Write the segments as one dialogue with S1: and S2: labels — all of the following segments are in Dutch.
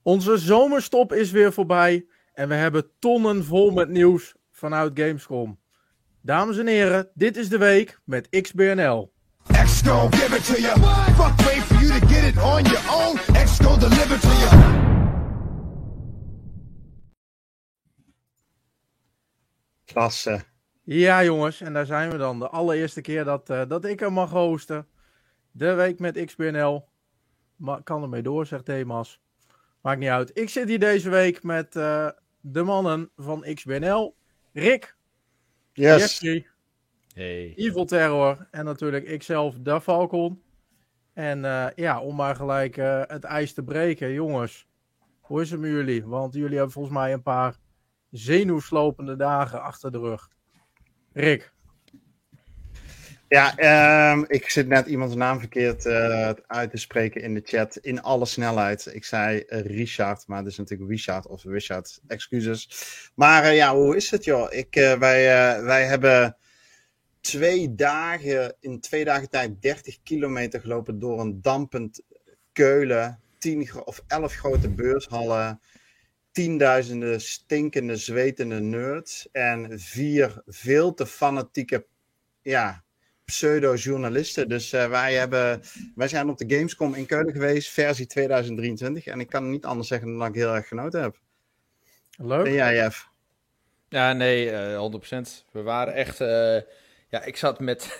S1: Onze zomerstop is weer voorbij en we hebben tonnen vol met nieuws vanuit Gamescom. Dames en heren, dit is de week met XBNL.
S2: X gon' give it to you. Fuck wait for you to get it on your own. X gon' deliver to you.
S3: Klasse.
S1: Ja jongens, en daar zijn we dan. De allereerste keer dat ik hem mag hosten. De week met XBNL. Kan ermee door, zegt Demas. Maakt niet uit. Ik zit hier deze week met de mannen van XBNL. Rick.
S3: Yes.
S1: Jeffrey.
S4: Hey.
S1: Evil Terror. En natuurlijk ikzelf, Da Falcon. En om maar gelijk het ijs te breken. Jongens, hoe is het met jullie? Want jullie hebben volgens mij een paar zenuwslopende dagen achter de rug. Rick.
S3: Ja, ik zit net iemands naam verkeerd uit te spreken in de chat. In alle snelheid. Ik zei Richard, maar het is natuurlijk Richard of Richard. Excuses. Maar hoe is het joh? Wij hebben 2 dagen, in 2 dagen tijd 30 kilometer gelopen door een dampend Keulen. 10 of 11 grote beurshallen. Tienduizenden stinkende, zwetende nerds. En 4 veel te fanatieke, pseudo-journalisten. Dus wij zijn op de Gamescom in Keulen geweest, versie 2023. En ik kan niet anders zeggen dan dat ik heel erg genoten heb.
S1: Leuk.
S3: En jij, Jeff?
S4: Ja, nee, 100%. We waren echt... ik zat met...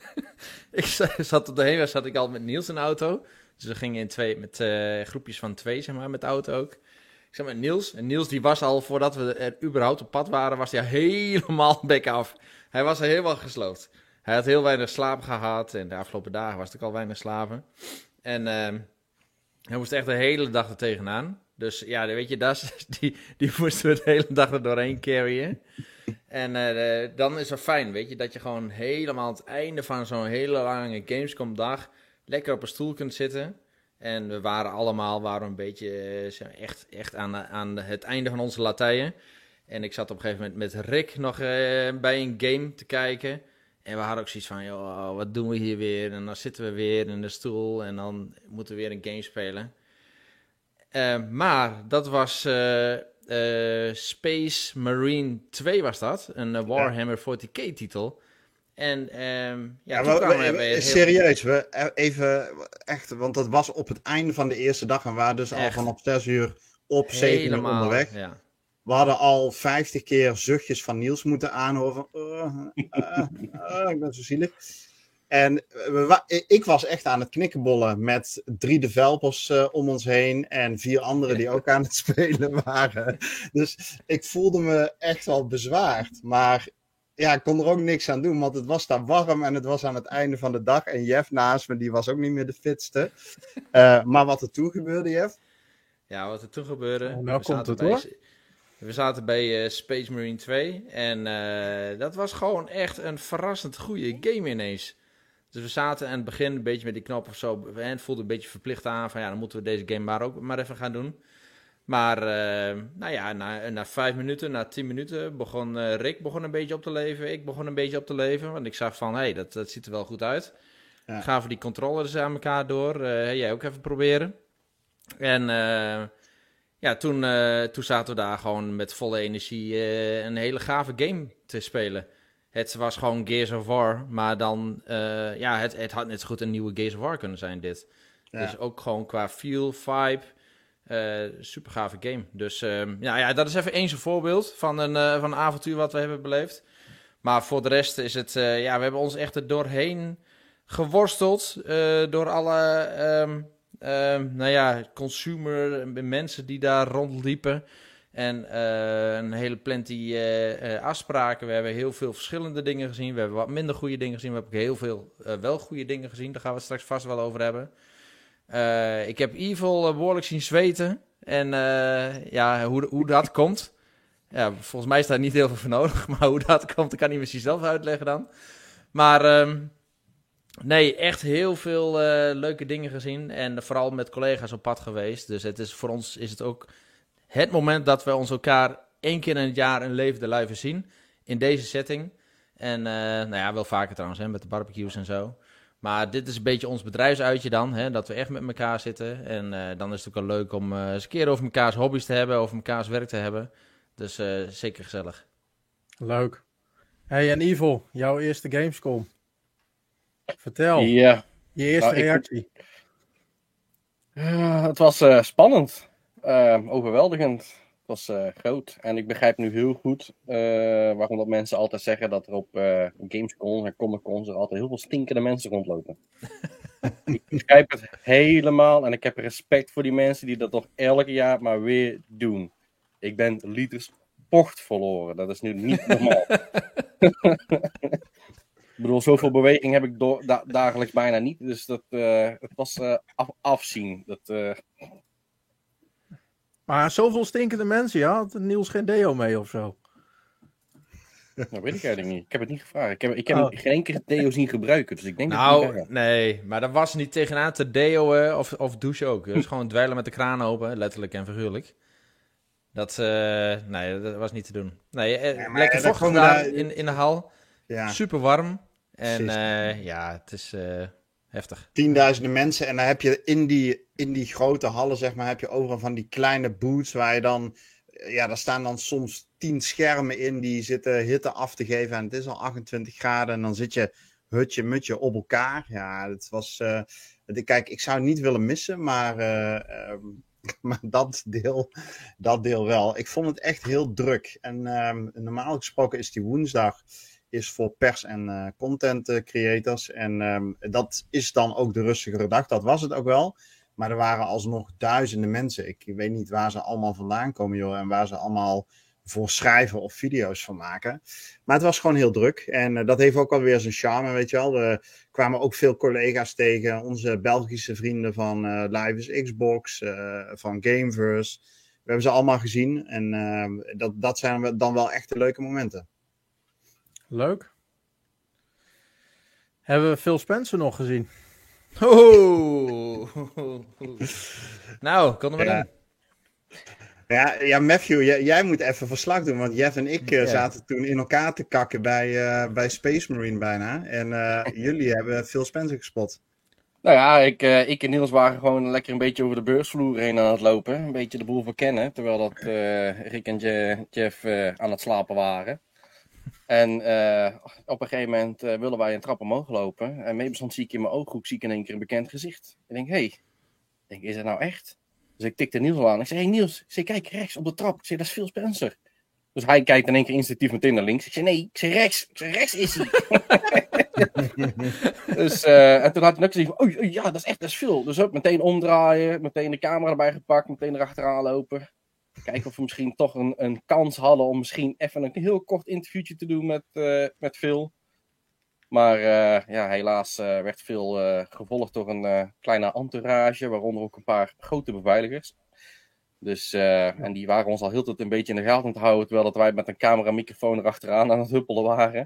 S4: zat op de heenweg zat ik al met Niels in de auto. Dus we gingen met groepjes van 2, zeg maar, met de auto ook. Ik zat met Niels. En Niels die was al, voordat we er überhaupt op pad waren, was hij helemaal bek af. Hij was er helemaal gesloopt. Hij had heel weinig slaap gehad. En de afgelopen dagen was het ook al weinig slapen. En hij moest echt de hele dag er tegenaan. Dus ja, weet je, die moesten we de hele dag er doorheen carryen. En dan is het fijn, weet je, dat je gewoon helemaal aan het einde van zo'n hele lange Gamescom dag lekker op een stoel kunt zitten. En we waren een beetje echt aan het einde van onze latijnen. En ik zat op een gegeven moment met Rick nog bij een game te kijken. En we hadden ook zoiets van, joh, wat doen we hier weer? En dan zitten we weer in de stoel en dan moeten we weer een game spelen. Maar dat was Space Marine 2 was dat. Een Warhammer 40k titel. En toen kwamen we
S3: serieus, echt, want dat was op het einde van de eerste dag. En we waren dus al vanaf 6 uur op 7 uur onderweg.
S4: Ja.
S3: We hadden al 50 keer zuchtjes van Niels moeten aanhoren. Ik ben zo zielig. En ik was echt aan het knikkenbollen met 3 developers om ons heen. En 4 anderen die ook aan het spelen waren. Dus ik voelde me echt wel bezwaard. Maar ja, ik kon er ook niks aan doen. Want het was daar warm en het was aan het einde van de dag. En Jeff naast me, die was ook niet meer de fitste. Maar wat er toen gebeurde, Jeff?
S4: Ja, wat er toen gebeurde...
S1: Nou komt het hoor.
S4: We zaten bij Space Marine 2 en dat was gewoon echt een verrassend goede game ineens. Dus we zaten aan het begin een beetje met die knop of zo en het voelde een beetje verplicht aan van dan moeten we deze game ook maar even gaan doen. Maar na 5 minuten, na 10 minuten begon Rick een beetje op te leven, ik begon een beetje op te leven, want ik zag van dat ziet er wel goed uit. Ja. Gaven die controllers aan elkaar door, jij ook even proberen. En... toen zaten we daar gewoon met volle energie een hele gave game te spelen. Het was gewoon Gears of War, maar dan... het had net zo goed een nieuwe Gears of War kunnen zijn, dit. Ja. Dus ook gewoon qua feel, vibe, super gave game. Dus dat is even eens een voorbeeld van een avontuur wat we hebben beleefd. Maar voor de rest is het... we hebben ons echt er doorheen geworsteld door alle... consumer, mensen die daar rondliepen. En een hele plenty afspraken. We hebben heel veel verschillende dingen gezien. We hebben wat minder goede dingen gezien. We hebben ook heel veel wel goede dingen gezien. Daar gaan we het straks vast wel over hebben. Ik heb Evil behoorlijk zien zweten. En hoe dat komt. Ja, volgens mij is daar niet heel veel voor nodig. Maar hoe dat komt, dat kan hij misschien zelf uitleggen dan. Maar... nee, echt heel veel leuke dingen gezien. En vooral met collega's op pad geweest. Dus voor ons is het ook het moment dat we ons elkaar 1 keer in het jaar een levende lijve zien. In deze setting. En wel vaker trouwens, met de barbecues en zo. Maar dit is een beetje ons bedrijfsuitje dan, hè, dat we echt met elkaar zitten. En dan is het ook wel leuk om eens een keer over mekaars hobby's te hebben, over mekaars werk te hebben. Dus zeker gezellig.
S1: Leuk. Hey, en Ivo, jouw eerste Gamescom. Vertel,
S5: Ja,
S1: je eerste reactie.
S5: het was spannend. Overweldigend. Het was groot. En ik begrijp nu heel goed waarom dat mensen altijd zeggen dat er op Gamescom en Comic-Cons er altijd heel veel stinkende mensen rondlopen. Ik begrijp het helemaal en ik heb respect voor die mensen die dat toch elke jaar maar weer doen. Ik ben liters vocht verloren. Dat is nu niet normaal. Ik bedoel, zoveel beweging heb ik dagelijks bijna niet. Dus het was afzien.
S1: Maar zoveel stinkende mensen, ja? Had Niels geen deo mee of zo?
S5: Dat weet ik eigenlijk niet. Ik heb het niet gevraagd. Ik heb geen enkele deo zien gebruiken. Dus ik denk dat het niet
S4: Nou, nee, maar dat was niet tegenaan te deoen of douchen ook. Dus gewoon dweilen met de kraan open, letterlijk en figuurlijk. Nee, dat was niet te doen. Nee,
S3: maar
S4: lekker
S3: dan
S4: vochtig
S3: komen
S4: daar
S3: we
S4: in de hal.
S3: Ja.
S4: Super warm. En
S3: Precies.
S4: het is heftig.
S3: Tienduizenden mensen en dan heb je in die grote hallen, zeg maar, heb je overal van die kleine booths waar je dan, daar staan dan soms 10 schermen in die zitten hitte af te geven en het is al 28 graden en dan zit je hutje-mutje op elkaar. Ja, het was, kijk, ik zou het niet willen missen, maar maar dat deel wel. Ik vond het echt heel druk en normaal gesproken is die woensdag is voor pers en content creators. En dat is dan ook de rustigere dag. Dat was het ook wel. Maar er waren alsnog duizenden mensen. Ik weet niet waar ze allemaal vandaan komen, joh. En waar ze allemaal voor schrijven of video's van maken. Maar het was gewoon heel druk. En dat heeft ook alweer zijn charme, weet je wel. We kwamen ook veel collega's tegen. Onze Belgische vrienden van Live is Xbox. Van Gameverse. We hebben ze allemaal gezien. En dat zijn dan wel echt de leuke momenten.
S1: Leuk. Hebben we Phil Spencer nog gezien?
S4: Nou, kan er maar in.
S3: Ja, Matthew, jij moet even verslag doen, want Jeff en ik zaten toen in elkaar te kakken bij Space Marine bijna. En jullie hebben Phil Spencer gespot.
S5: Nou ja, ik en Niels waren gewoon lekker een beetje over de beursvloer heen aan het lopen. Een beetje de boel verkennen, terwijl dat Rick en Jeff aan het slapen waren. En op een gegeven moment willen wij een trap omhoog lopen. En meebestond zie ik in mijn ooghoek in één keer een bekend gezicht. Ik denk, is het nou echt? Dus ik tikte Niels al aan. Ik zei, hey Niels, ik zei, kijk rechts op de trap. Ik zei, dat is Phil Spencer. Dus hij kijkt in één keer instinctief meteen naar links. Ik zei, nee, ik zei rechts is hij. Dus, en toen had hij ook gezegd, ja, dat is Phil. Dus ook meteen omdraaien, meteen de camera erbij gepakt, meteen erachteraan lopen. Kijken of we misschien toch een kans hadden om misschien even een heel kort interviewtje te doen met Phil. Maar helaas werd Phil gevolgd door een kleine entourage, waaronder ook een paar grote beveiligers. Dus, en die waren ons al heel tijd een beetje in de gaten te houden, terwijl dat wij met een camera en microfoon erachteraan aan het huppelen waren.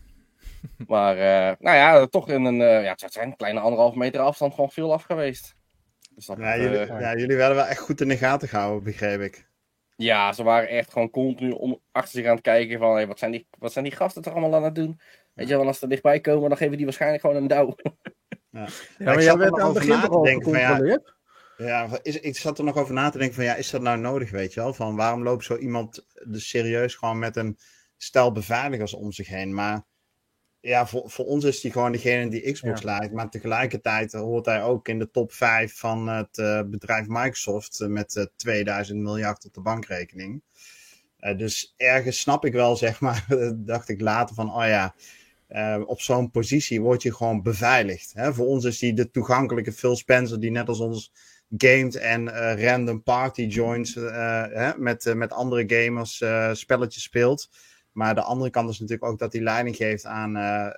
S5: Maar toch in het zijn een kleine 1,5 meter afstand van Phil af geweest. Dus dat,
S3: jullie werden wel echt goed in de gaten gehouden, begreep ik.
S5: Ja, ze waren echt gewoon continu achter zich aan het kijken van, hey, wat zijn die gasten toch allemaal aan het doen? Weet je wel, als ze er dichtbij komen, dan geven die waarschijnlijk gewoon een douw.
S3: Ja,
S1: maar jij werd aan het begin toch al gecontroleerd?
S3: Ik zat er nog over na te denken van, is dat nou nodig, weet je wel? Van waarom loopt zo iemand dus serieus gewoon met een stel beveiligers om zich heen? Maar ja, voor ons is hij gewoon degene die Xbox leidt. Maar tegelijkertijd hoort hij ook in de top 5 van het bedrijf Microsoft met 2000 miljard op de bankrekening. Dus ergens snap ik wel, zeg maar, dacht ik later van, op zo'n positie word je gewoon beveiligd. Hè? Voor ons is hij de toegankelijke Phil Spencer die net als ons gamet en random party joins met andere gamers spelletjes speelt. Maar de andere kant is natuurlijk ook dat hij leiding geeft aan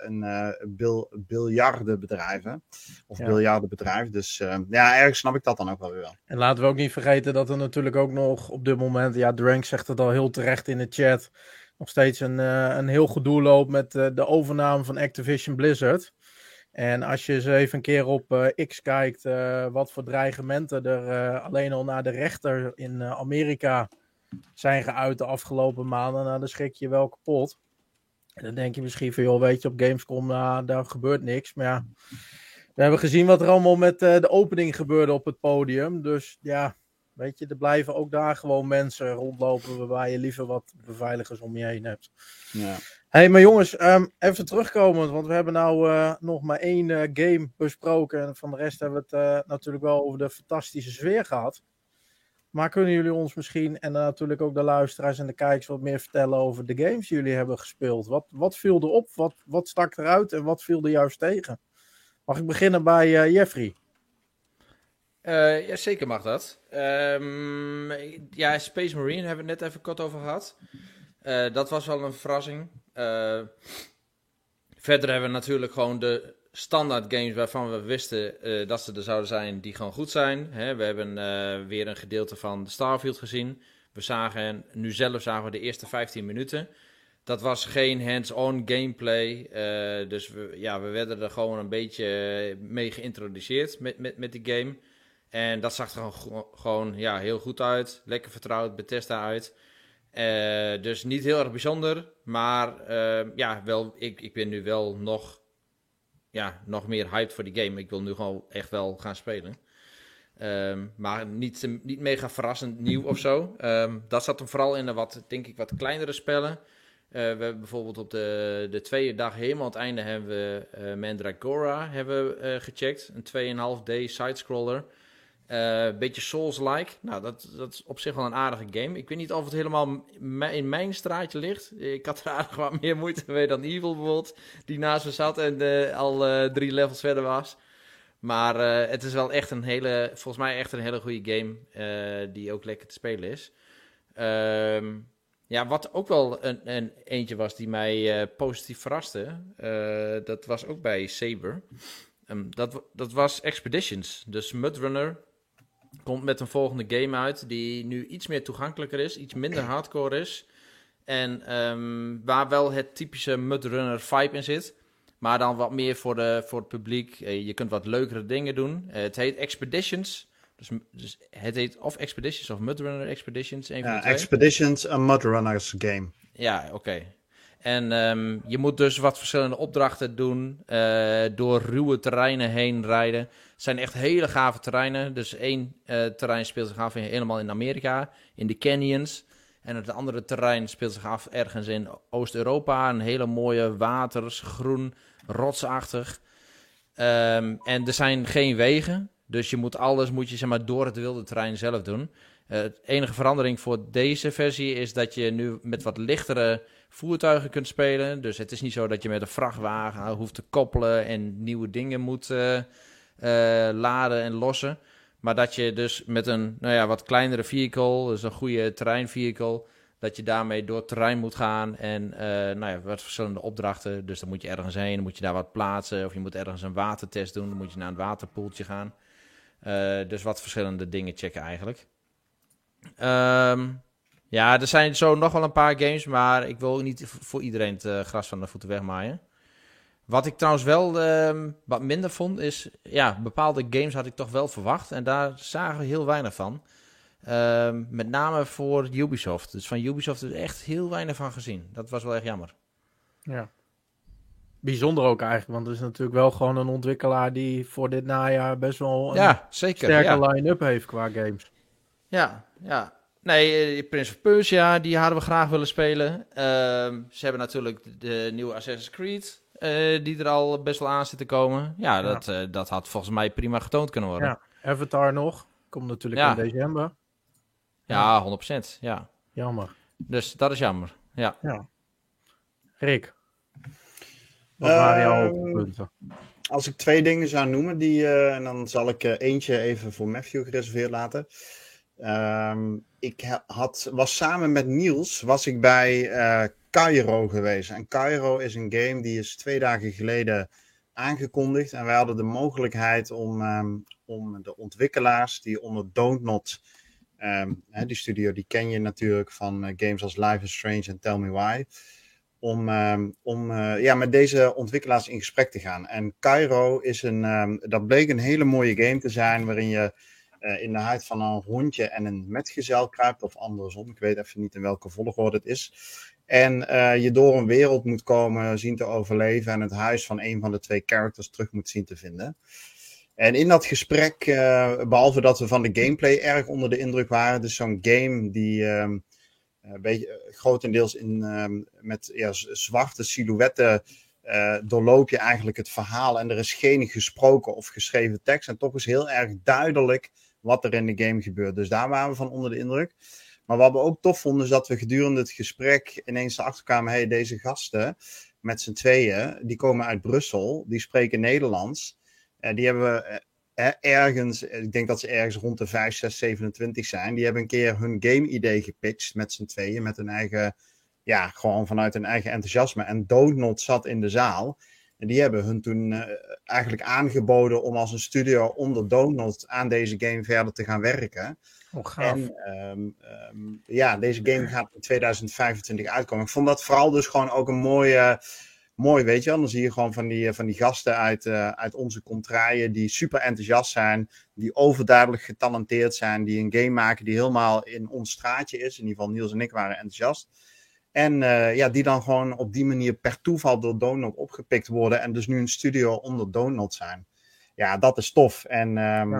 S3: biljardenbedrijven. Of biljardenbedrijf. Dus ergens snap ik dat dan ook wel weer.
S1: En laten we ook niet vergeten dat er natuurlijk ook nog op dit moment... Drank zegt het al heel terecht in de chat... nog steeds een heel gedoe loopt met de overname van Activision Blizzard. En als je eens even een keer op X kijkt... wat voor dreigementen er alleen al naar de rechter in Amerika... zijn geuit de afgelopen maanden, dan schrik je wel kapot. En dan denk je misschien van, joh, weet je, op Gamescom, daar gebeurt niks. Maar We hebben gezien wat er allemaal met de opening gebeurde op het podium. Dus ja, weet je, er blijven ook daar gewoon mensen rondlopen waarbij je liever wat beveiligers om je heen hebt.
S3: Ja.
S1: Hey, maar jongens, even terugkomend, want we hebben nou nog maar 1 game besproken. En van de rest hebben we het natuurlijk wel over de fantastische sfeer gehad. Maar kunnen jullie ons misschien, en natuurlijk ook de luisteraars en de kijkers, wat meer vertellen over de games die jullie hebben gespeeld? Wat viel er op? Wat stak eruit en wat viel er juist tegen? Mag ik beginnen bij Jeffrey?
S4: Ja, zeker mag dat. Ja, Space Marine hebben we het net even kort over gehad. Dat was wel een verrassing. Verder hebben we natuurlijk gewoon de standaard games waarvan we wisten dat ze er zouden zijn, die gewoon goed zijn. Hè, we hebben weer een gedeelte van Starfield gezien. Nu zelf zagen we de eerste 15 minuten. Dat was geen hands-on gameplay. Dus we werden er gewoon een beetje mee geïntroduceerd met die game. En dat zag er gewoon heel goed uit. Lekker vertrouwd, Bethesda uit. Dus niet heel erg bijzonder. Maar ik ben nu wel nog meer hyped voor die game. Ik wil nu gewoon echt wel gaan spelen. Maar niet mega verrassend nieuw of zo. Dat zat hem vooral in de wat kleinere spellen. We hebben bijvoorbeeld op de tweede dag helemaal aan het einde hebben we Mandragora gecheckt. Een 2,5D sidescroller. Beetje Souls-like. Nou, dat is op zich wel een aardige game. Ik weet niet of het helemaal in mijn straatje ligt. Ik had er aardig wat meer moeite mee dan Evil bijvoorbeeld. Die naast me zat en al 3 levels verder was. Maar het is wel echt volgens mij echt een hele goede game. Die ook lekker te spelen is. Wat ook wel een eentje was die mij positief verraste. Dat was ook bij Saber. Dat was Expeditions. Dus Mudrunner komt met een volgende game uit die nu iets meer toegankelijker is, iets minder hardcore is. En waar wel het typische Mudrunner vibe in zit, maar dan wat meer voor het publiek. Je kunt wat leukere dingen doen. Het heet Expeditions. Dus het heet of Expeditions of Mudrunner Expeditions.
S3: Expeditions, een Mudrunners game.
S4: Ja, oké. En je moet dus wat verschillende opdrachten doen, door ruwe terreinen heen rijden. Het zijn echt hele gave terreinen. Dus 1 terrein speelt zich af helemaal in Amerika, in de canyons. En het andere terrein speelt zich af ergens in Oost-Europa. Een hele mooie waters, groen, rotsachtig. En er zijn geen wegen, dus je moet alles door het wilde terrein zelf doen. De enige verandering voor deze versie is dat je nu met wat lichtere voertuigen kunt spelen. Dus het is niet zo dat je met een vrachtwagen hoeft te koppelen en nieuwe dingen moet laden en lossen. Maar dat je dus met een wat kleinere vehicle, dus een goede terreinvehicle, dat je daarmee door het terrein moet gaan en wat verschillende opdrachten. Dus dan moet je ergens heen, dan moet je daar wat plaatsen. Of je moet ergens een watertest doen, dan moet je naar een waterpoeltje gaan. Dus wat verschillende dingen checken eigenlijk. Er zijn zo nog wel een paar games, maar ik wil niet voor iedereen het gras van de voeten wegmaaien. Wat ik trouwens wel wat minder vond is, bepaalde games had ik toch wel verwacht en daar zagen we heel weinig van. Met name voor Ubisoft. Dus van Ubisoft is echt heel weinig van gezien. Dat was wel echt jammer.
S1: Ja. Bijzonder ook eigenlijk, want het is natuurlijk wel gewoon een ontwikkelaar die voor dit najaar best wel een sterke line-up heeft qua games.
S4: Ja. Nee, Prince of Persia, die hadden we graag willen spelen. Ze hebben natuurlijk de nieuwe Assassin's Creed, die er al best wel aan zit te komen. Ja, dat had volgens mij prima getoond kunnen worden.
S1: Ja, Avatar nog. Komt natuurlijk in december.
S4: Ja, 100%. Ja.
S1: Jammer.
S4: Dus dat is jammer. Ja.
S1: Rick, wat waren jouw hoogtepunten?
S3: Als ik 2 dingen zou noemen, en dan zal ik eentje even voor Matthew gereserveerd laten. Was samen met Niels bij Cairo geweest. En Cairo is een game die is 2 dagen geleden aangekondigd. En wij hadden de mogelijkheid om de ontwikkelaars die onder Don'tnod, die studio die ken je natuurlijk van games als Life is Strange en Tell Me Why, om met deze ontwikkelaars in gesprek te gaan. En Cairo is dat bleek een hele mooie game te zijn, waarin je in de huid van een hondje en een metgezel kruipt, of andersom. Ik weet even niet in welke volgorde het is. En je door een wereld moet komen, zien te overleven en het huis van een van de 2 characters terug moet zien te vinden. En in dat gesprek, behalve dat we van de gameplay erg onder de indruk waren, dus zo'n game die een beetje grotendeels met zwarte silhouetten doorloop je eigenlijk het verhaal en er is geen gesproken of geschreven tekst en toch is heel erg duidelijk wat er in de game gebeurt. Dus daar waren we van onder de indruk. Maar wat we ook tof vonden is dat we gedurende het gesprek ineens erachter kwamen, hey, deze gasten met z'n tweeën, die komen uit Brussel, die spreken Nederlands. Die hebben ergens, ik denk dat ze ergens rond de 5, 6, 27 zijn. Die hebben een keer hun game-idee gepitcht met z'n tweeën, met hun eigen, gewoon vanuit hun eigen enthousiasme. En Donut zat in de zaal. En die hebben hun toen eigenlijk aangeboden om als een studio onder Donut aan deze game verder te gaan werken.
S1: Oh, gaaf.
S3: En deze game gaat in 2025 uitkomen. Ik vond dat vooral dus gewoon ook een mooi, weet je wel. Dan zie je gewoon van die gasten uit onze contraien die super enthousiast zijn, die overduidelijk getalenteerd zijn, die een game maken die helemaal in ons straatje is. In ieder geval Niels en ik waren enthousiast. En die dan gewoon op die manier per toeval door Donut opgepikt worden en dus nu een studio onder Donut zijn. Ja, dat is tof. En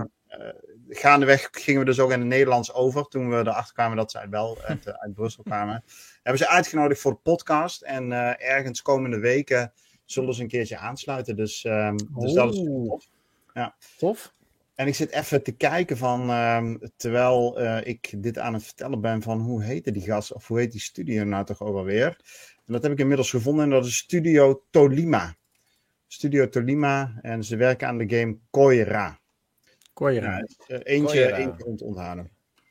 S3: gaandeweg gingen we dus ook in het Nederlands over, toen we erachter kwamen dat ze uit Brussel kwamen. Hebben ze uitgenodigd voor de podcast en ergens komende weken zullen ze een keertje aansluiten. Dus dat is tof. Ja.
S1: Tof.
S3: En ik zit even te kijken van, terwijl ik dit aan het vertellen ben van hoe heette die gast, of hoe heet die studio nou toch ook alweer. En dat heb ik inmiddels gevonden en dat is Studio Tolima. Studio Tolima en ze werken aan de game Koira.
S1: Koira.
S3: Eentje om te onthouden.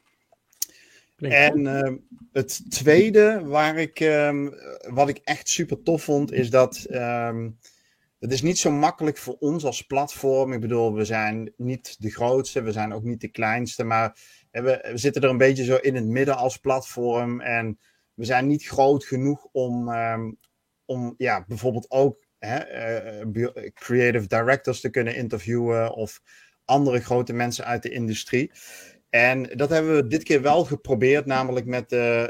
S3: En het tweede wat ik echt super tof vond, is dat het is niet zo makkelijk voor ons als platform. Ik bedoel, we zijn niet de grootste, we zijn ook niet de kleinste, maar we zitten er een beetje zo in het midden als platform. En we zijn niet groot genoeg om bijvoorbeeld ook creative directors te kunnen interviewen of andere grote mensen uit de industrie. En dat hebben we dit keer wel geprobeerd, namelijk met de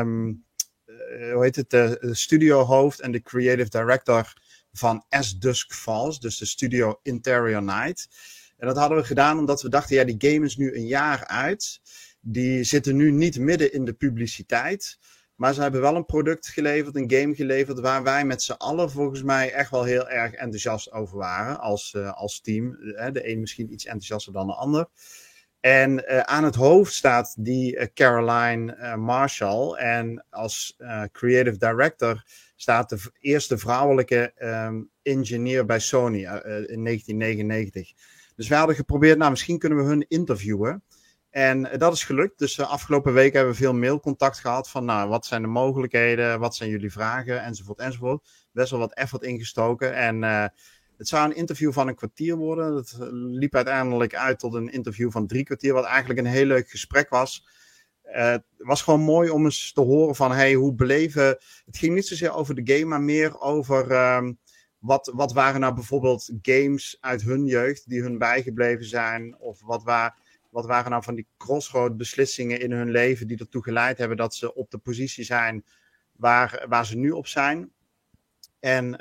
S3: studiohoofd en de creative director van As Dusk Falls, dus de studio Interior Night. En dat hadden we gedaan omdat we dachten, die game is nu een jaar uit. Die zitten nu niet midden in de publiciteit. Maar ze hebben wel een product geleverd, een game geleverd, waar wij met z'n allen volgens mij echt wel heel erg enthousiast over waren als team. De een misschien iets enthousiaster dan de ander. En aan het hoofd staat die Caroline Marshall. En als creative director staat de eerste vrouwelijke engineer bij Sony in 1999. Dus we hadden geprobeerd, misschien kunnen we hun interviewen. En dat is gelukt. Dus de afgelopen weken hebben we veel mailcontact gehad van, wat zijn de mogelijkheden, wat zijn jullie vragen, enzovoort, enzovoort. Best wel wat effort ingestoken. En het zou een interview van een kwartier worden. Dat liep uiteindelijk uit tot een interview van 3 kwartier, wat eigenlijk een heel leuk gesprek was. Het was gewoon mooi om eens te horen van, hoe beleven. Het ging niet zozeer over de game, maar meer over wat waren nou bijvoorbeeld games uit hun jeugd die hun bijgebleven zijn. Of wat waren nou van die crossroad beslissingen in hun leven die ertoe geleid hebben dat ze op de positie zijn waar ze nu op zijn. En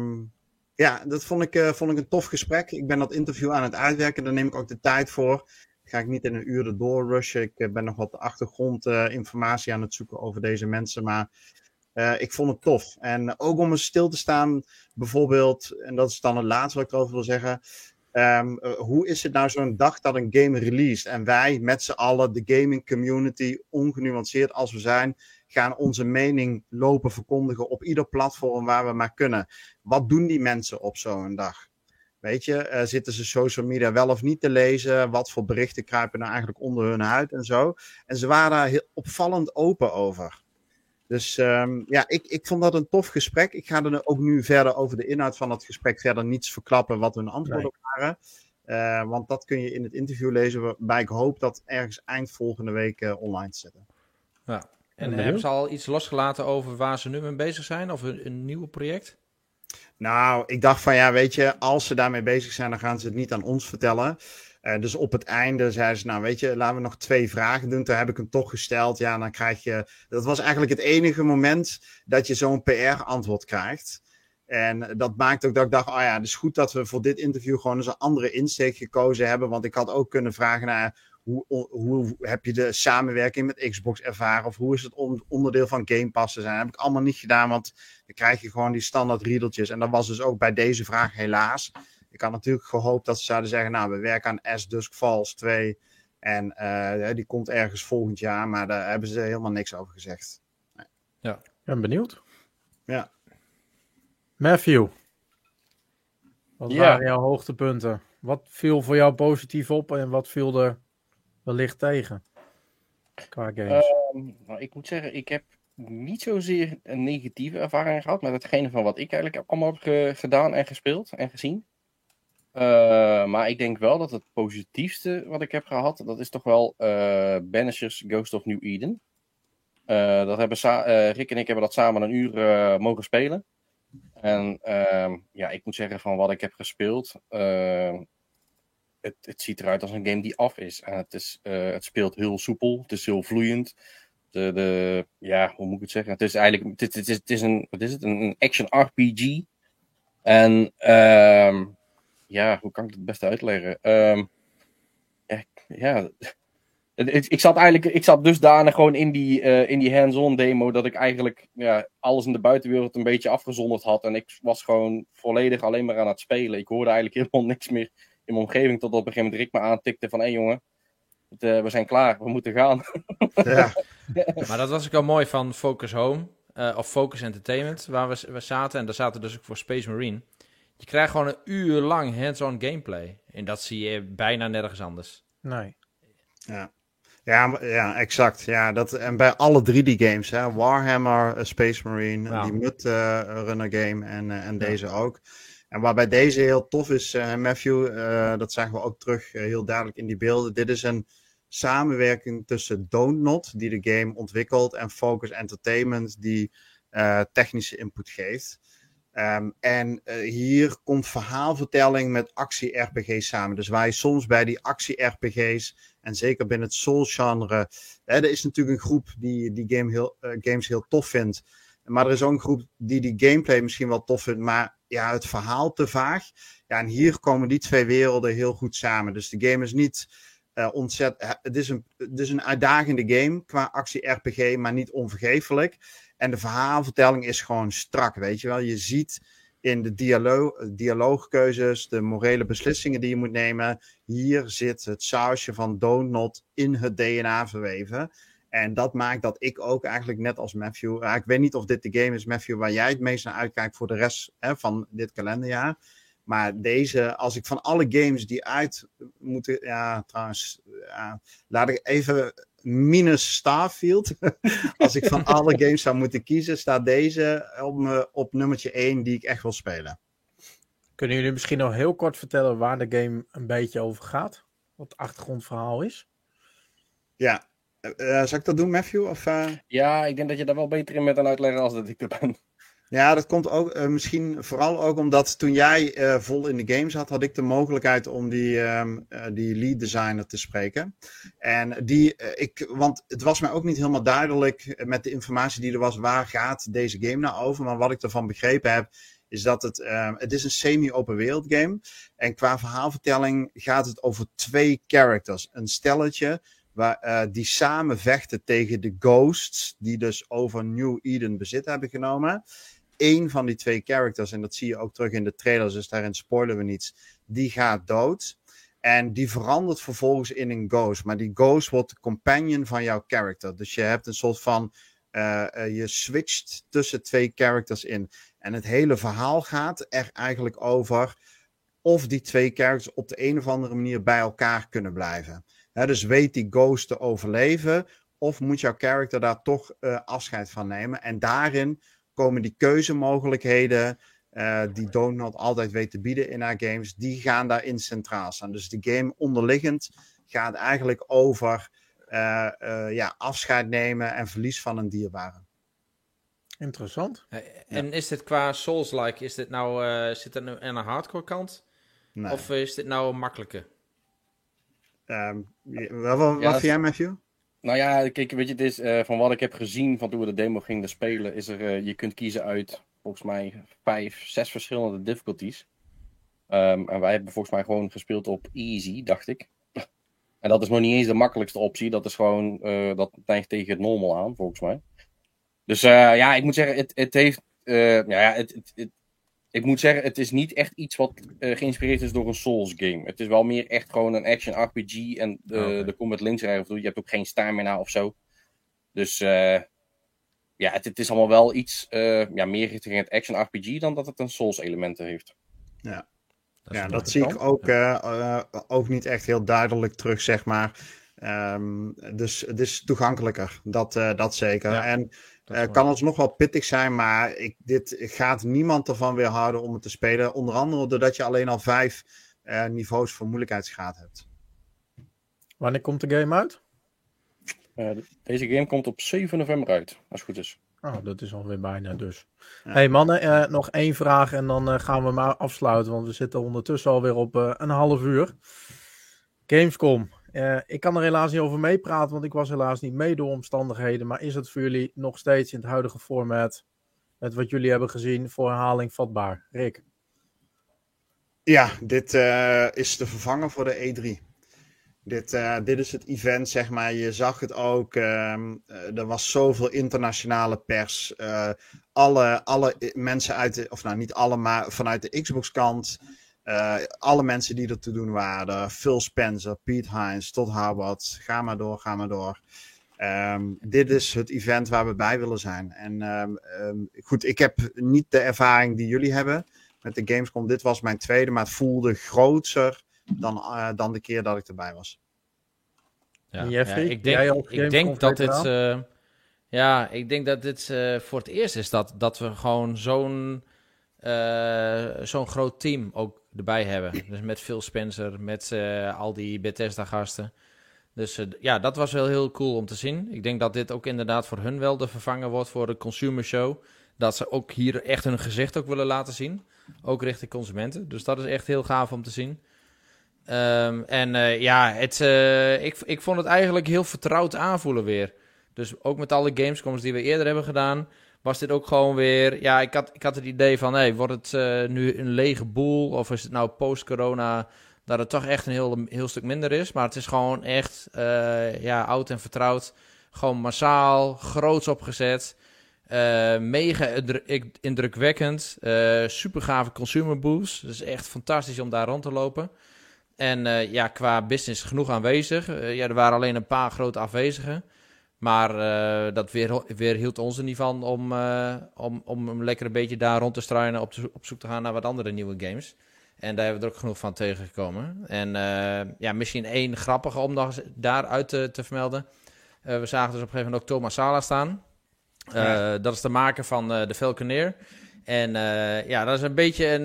S3: dat vond ik een tof gesprek. Ik ben dat interview aan het uitwerken, daar neem ik ook de tijd voor. Ga ik niet in een uur erdoor rushen. Ik ben nog wat achtergrondinformatie aan het zoeken over deze mensen, maar ik vond het tof. En ook om eens stil te staan, bijvoorbeeld, en dat is dan het laatste wat ik erover wil zeggen. Hoe is het nou zo'n dag dat een game released en wij met z'n allen, de gaming community, ongenuanceerd als we zijn, gaan onze mening lopen verkondigen op ieder platform waar we maar kunnen. Wat doen die mensen op zo'n dag? Weet je, zitten ze social media wel of niet te lezen? Wat voor berichten kruipen nou eigenlijk onder hun huid en zo? En ze waren daar heel opvallend open over. Dus ik vond dat een tof gesprek. Ik ga er ook nu verder over de inhoud van dat gesprek verder niets verklappen wat hun antwoorden waren. Want dat kun je in het interview lezen, waarbij ik hoop dat ergens eind volgende week online te zetten.
S4: Ja. En hebben ze al iets losgelaten over waar ze nu mee bezig zijn? Of een nieuw project?
S3: Nou, ik dacht van weet je, als ze daarmee bezig zijn, dan gaan ze het niet aan ons vertellen. Dus op het einde zei ze, nou weet je, laten we nog 2 vragen doen. Toen heb ik hem toch gesteld. Ja, dan krijg je... Dat was eigenlijk het enige moment dat je zo'n PR-antwoord krijgt. En dat maakt ook dat ik dacht, oh ja, het is goed dat we voor dit interview gewoon eens een andere insteek gekozen hebben. Want ik had ook kunnen vragen naar hoe heb je de samenwerking met Xbox ervaren? Of hoe is het onderdeel van Game Pass te zijn? Dat heb ik allemaal niet gedaan, want dan krijg je gewoon die standaard riedeltjes. En dat was dus ook bij deze vraag helaas. Ik had natuurlijk gehoopt dat ze zouden zeggen, nou, we werken aan As Dusk Falls 2. En die komt ergens volgend jaar, maar daar hebben ze helemaal niks over gezegd. Nee.
S1: Ja, ik ben benieuwd.
S3: Ja.
S1: Matthew, wat
S5: Ja.
S1: waren jouw hoogtepunten? Wat viel voor jou positief op en wat viel er wellicht tegen qua games?
S5: Nou, ik moet zeggen, ik heb niet zozeer een negatieve ervaring gehad met hetgene van wat ik eigenlijk allemaal heb gedaan en gespeeld en gezien. Maar ik denk wel dat het positiefste wat ik heb gehad, dat is toch wel Banishers Ghost of New Eden. Dat hebben Rick en ik hebben dat samen een uur mogen spelen. En ja, ik moet zeggen van wat ik heb gespeeld, het ziet eruit als een game die af is. En het speelt heel soepel, het is heel vloeiend. Ja, hoe moet ik het zeggen? Het is eigenlijk het is een action RPG. En ja, hoe kan ik het het beste uitleggen? Ja, ik zat dusdanig gewoon in die hands-on demo dat ik eigenlijk alles in de buitenwereld een beetje afgezonderd had. En ik was gewoon volledig alleen maar aan het spelen. Ik hoorde eigenlijk helemaal niks meer in mijn omgeving. Tot op een gegeven moment Rick me aantikte van, hé jongen, we zijn klaar, we moeten gaan.
S3: Ja.
S4: Maar dat was ook wel mooi van Focus Home, of Focus Entertainment, waar we zaten. En daar zaten dus ook voor Space Marine. Je krijgt gewoon een uur lang hands-on gameplay. En dat zie je bijna nergens anders.
S1: Nee.
S3: Ja, exact. Ja, en bij alle 3 die games, hè, Warhammer, Space Marine,
S1: Ja.
S3: die Mud Runner game en deze ook. En waarbij deze heel tof is, Matthew, dat zagen we ook terug heel duidelijk in die beelden. Dit is een samenwerking tussen Donut, die de game ontwikkelt, en Focus Entertainment, die technische input geeft. Hier komt verhaalvertelling met actie-RPG samen. Dus waar je soms bij die actie-RPG's, en zeker binnen het Souls-genre, er is natuurlijk een groep die games heel tof vindt. Maar er is ook een groep die gameplay misschien wel tof vindt, maar ja, het verhaal te vaag. Ja, en hier komen die 2 werelden heel goed samen. Dus de game is niet ontzettend... Het is een uitdagende game qua actie-RPG, maar niet onvergeeflijk. En de verhaalvertelling is gewoon strak, weet je wel. Je ziet in de dialoogkeuzes, de morele beslissingen die je moet nemen. Hier zit het sausje van Donut in het DNA verweven. En dat maakt dat ik ook eigenlijk net als Matthew... ik weet niet of dit de game is, Matthew, waar jij het meest naar uitkijkt voor de rest van dit kalenderjaar. Maar deze, als ik van alle games die uit moeten... Ja, trouwens, laat ik even... minus Starfield. Als ik van alle games zou moeten kiezen, staat deze op nummertje 1 die ik echt wil spelen.
S1: Kunnen jullie misschien nog heel kort vertellen waar de game een beetje over gaat? Wat het achtergrondverhaal is?
S3: Ja. Zal ik dat doen, Matthew? Of,
S5: Ja, ik denk dat je daar wel beter in bent aan uitleggen als dat ik er ben.
S3: Ja, dat komt ook misschien vooral ook omdat toen jij vol in de game zat, had ik de mogelijkheid om die lead designer te spreken. En want het was mij ook niet helemaal duidelijk met de informatie die er was, waar gaat deze game nou over? Maar wat ik ervan begrepen heb, is dat het is een semi-open wereld game. En qua verhaalvertelling gaat het over 2 characters. Een stelletje die samen vechten tegen de ghosts, die dus over New Eden bezit hebben genomen. Eén van die 2 characters, en dat zie je ook terug in de trailers, dus daarin spoilen we niets, die gaat dood. En die verandert vervolgens in een ghost. Maar die ghost wordt de companion van jouw character. Dus je hebt een soort van... je switcht tussen 2 characters in. En het hele verhaal gaat er eigenlijk over of die 2 characters op de een of andere manier bij elkaar kunnen blijven. Dus weet die ghost te overleven, of moet jouw character daar toch afscheid van nemen. En daarin komen die keuzemogelijkheden die Donut altijd weet te bieden in haar games, die gaan daarin centraal staan. Dus de game onderliggend gaat eigenlijk over afscheid nemen en verlies van een dierbare.
S1: Interessant.
S4: En is dit qua Souls-like, zit het nou aan een hardcore kant?
S3: Nee.
S4: Of is dit nou makkelijker?
S3: Wat vind jij, Matthew?
S5: Nou ja, kijk, weet je, het is van wat ik heb gezien van toen we de demo gingen spelen, is je kunt kiezen uit volgens mij 5, 6 verschillende difficulties. En wij hebben volgens mij gewoon gespeeld op easy, dacht ik. En dat is nog niet eens de makkelijkste optie. Dat is gewoon, dat neigt tegen het normal aan, volgens mij. Dus ik moet zeggen, het heeft, ik moet zeggen, het is niet echt iets wat geïnspireerd is door een Souls game. Het is wel meer echt gewoon een action RPG en de combat links rijden. Je hebt ook geen stamina of zo. Dus het is allemaal wel iets meer richting het action RPG dan dat het een Souls elementen heeft.
S3: Ja. Dat zie ik ook niet echt heel duidelijk terug, zeg maar. Dus het is toegankelijker, dat zeker.
S1: Ja,
S3: en kan alsnog wel pittig zijn, maar dit gaat niemand ervan weerhouden om het te spelen. Onder andere doordat je alleen al 5 niveaus van moeilijkheidsgraad hebt.
S1: Wanneer komt de game uit?
S5: Deze game komt op 7 november uit, als het goed is.
S1: Oh, dat is alweer bijna dus.
S3: Ja.
S1: Hey mannen, nog 1 vraag en dan gaan we maar afsluiten. Want we zitten ondertussen alweer op een half uur. Gamescom. Ik kan er helaas niet over meepraten, want ik was helaas niet mee door omstandigheden. Maar is het voor jullie nog steeds in het huidige format, met wat jullie hebben gezien, voor herhaling vatbaar? Rick?
S3: Ja, dit is de vervanger voor de E3. Dit is het event, zeg maar. Je zag het ook. Er was zoveel internationale pers. Alle mensen niet alle, maar vanuit de Xbox-kant. Alle mensen die er te doen waren. Phil Spencer, Pete Hines, Todd Howard. Ga maar door. Dit is het event waar we bij willen zijn. En goed, ik heb niet de ervaring die jullie hebben met de Gamescom. Dit was mijn tweede, maar het voelde groter dan de keer dat ik erbij was.
S4: Ik denk dat dit voor het eerst is dat we gewoon zo'n groot team ook erbij hebben. Dus met Phil Spencer, met al die Bethesda-gasten. Dus dat was wel heel cool om te zien. Ik denk dat dit ook inderdaad voor hun wel de vervanger wordt voor de consumer show. Dat ze ook hier echt hun gezicht ook willen laten zien. Ook richting consumenten. Dus dat is echt heel gaaf om te zien. Ik vond het eigenlijk heel vertrouwd aanvoelen weer. Dus ook met alle Gamescoms die we eerder hebben gedaan, was dit ook gewoon weer. Ja, ik had het idee van, wordt het nu een lege boel? Of is het nou post-corona dat het toch echt een heel stuk minder is? Maar het is gewoon echt oud en vertrouwd. Gewoon massaal, groots opgezet. Mega indrukwekkend. Super gave consumer booths. Dus echt fantastisch om daar rond te lopen. En qua business genoeg aanwezig. Er waren alleen een paar grote afwezigen. Maar dat weerhield ons er niet van om lekker een beetje daar rond te struinen, op zoek te gaan naar wat andere nieuwe games. En daar hebben we er ook genoeg van tegengekomen. En misschien 1 grappige om daaruit te vermelden. We zagen dus op een gegeven moment ook Thomas Sala staan. Dat is de maker van de Falconeer. En dat is een beetje een...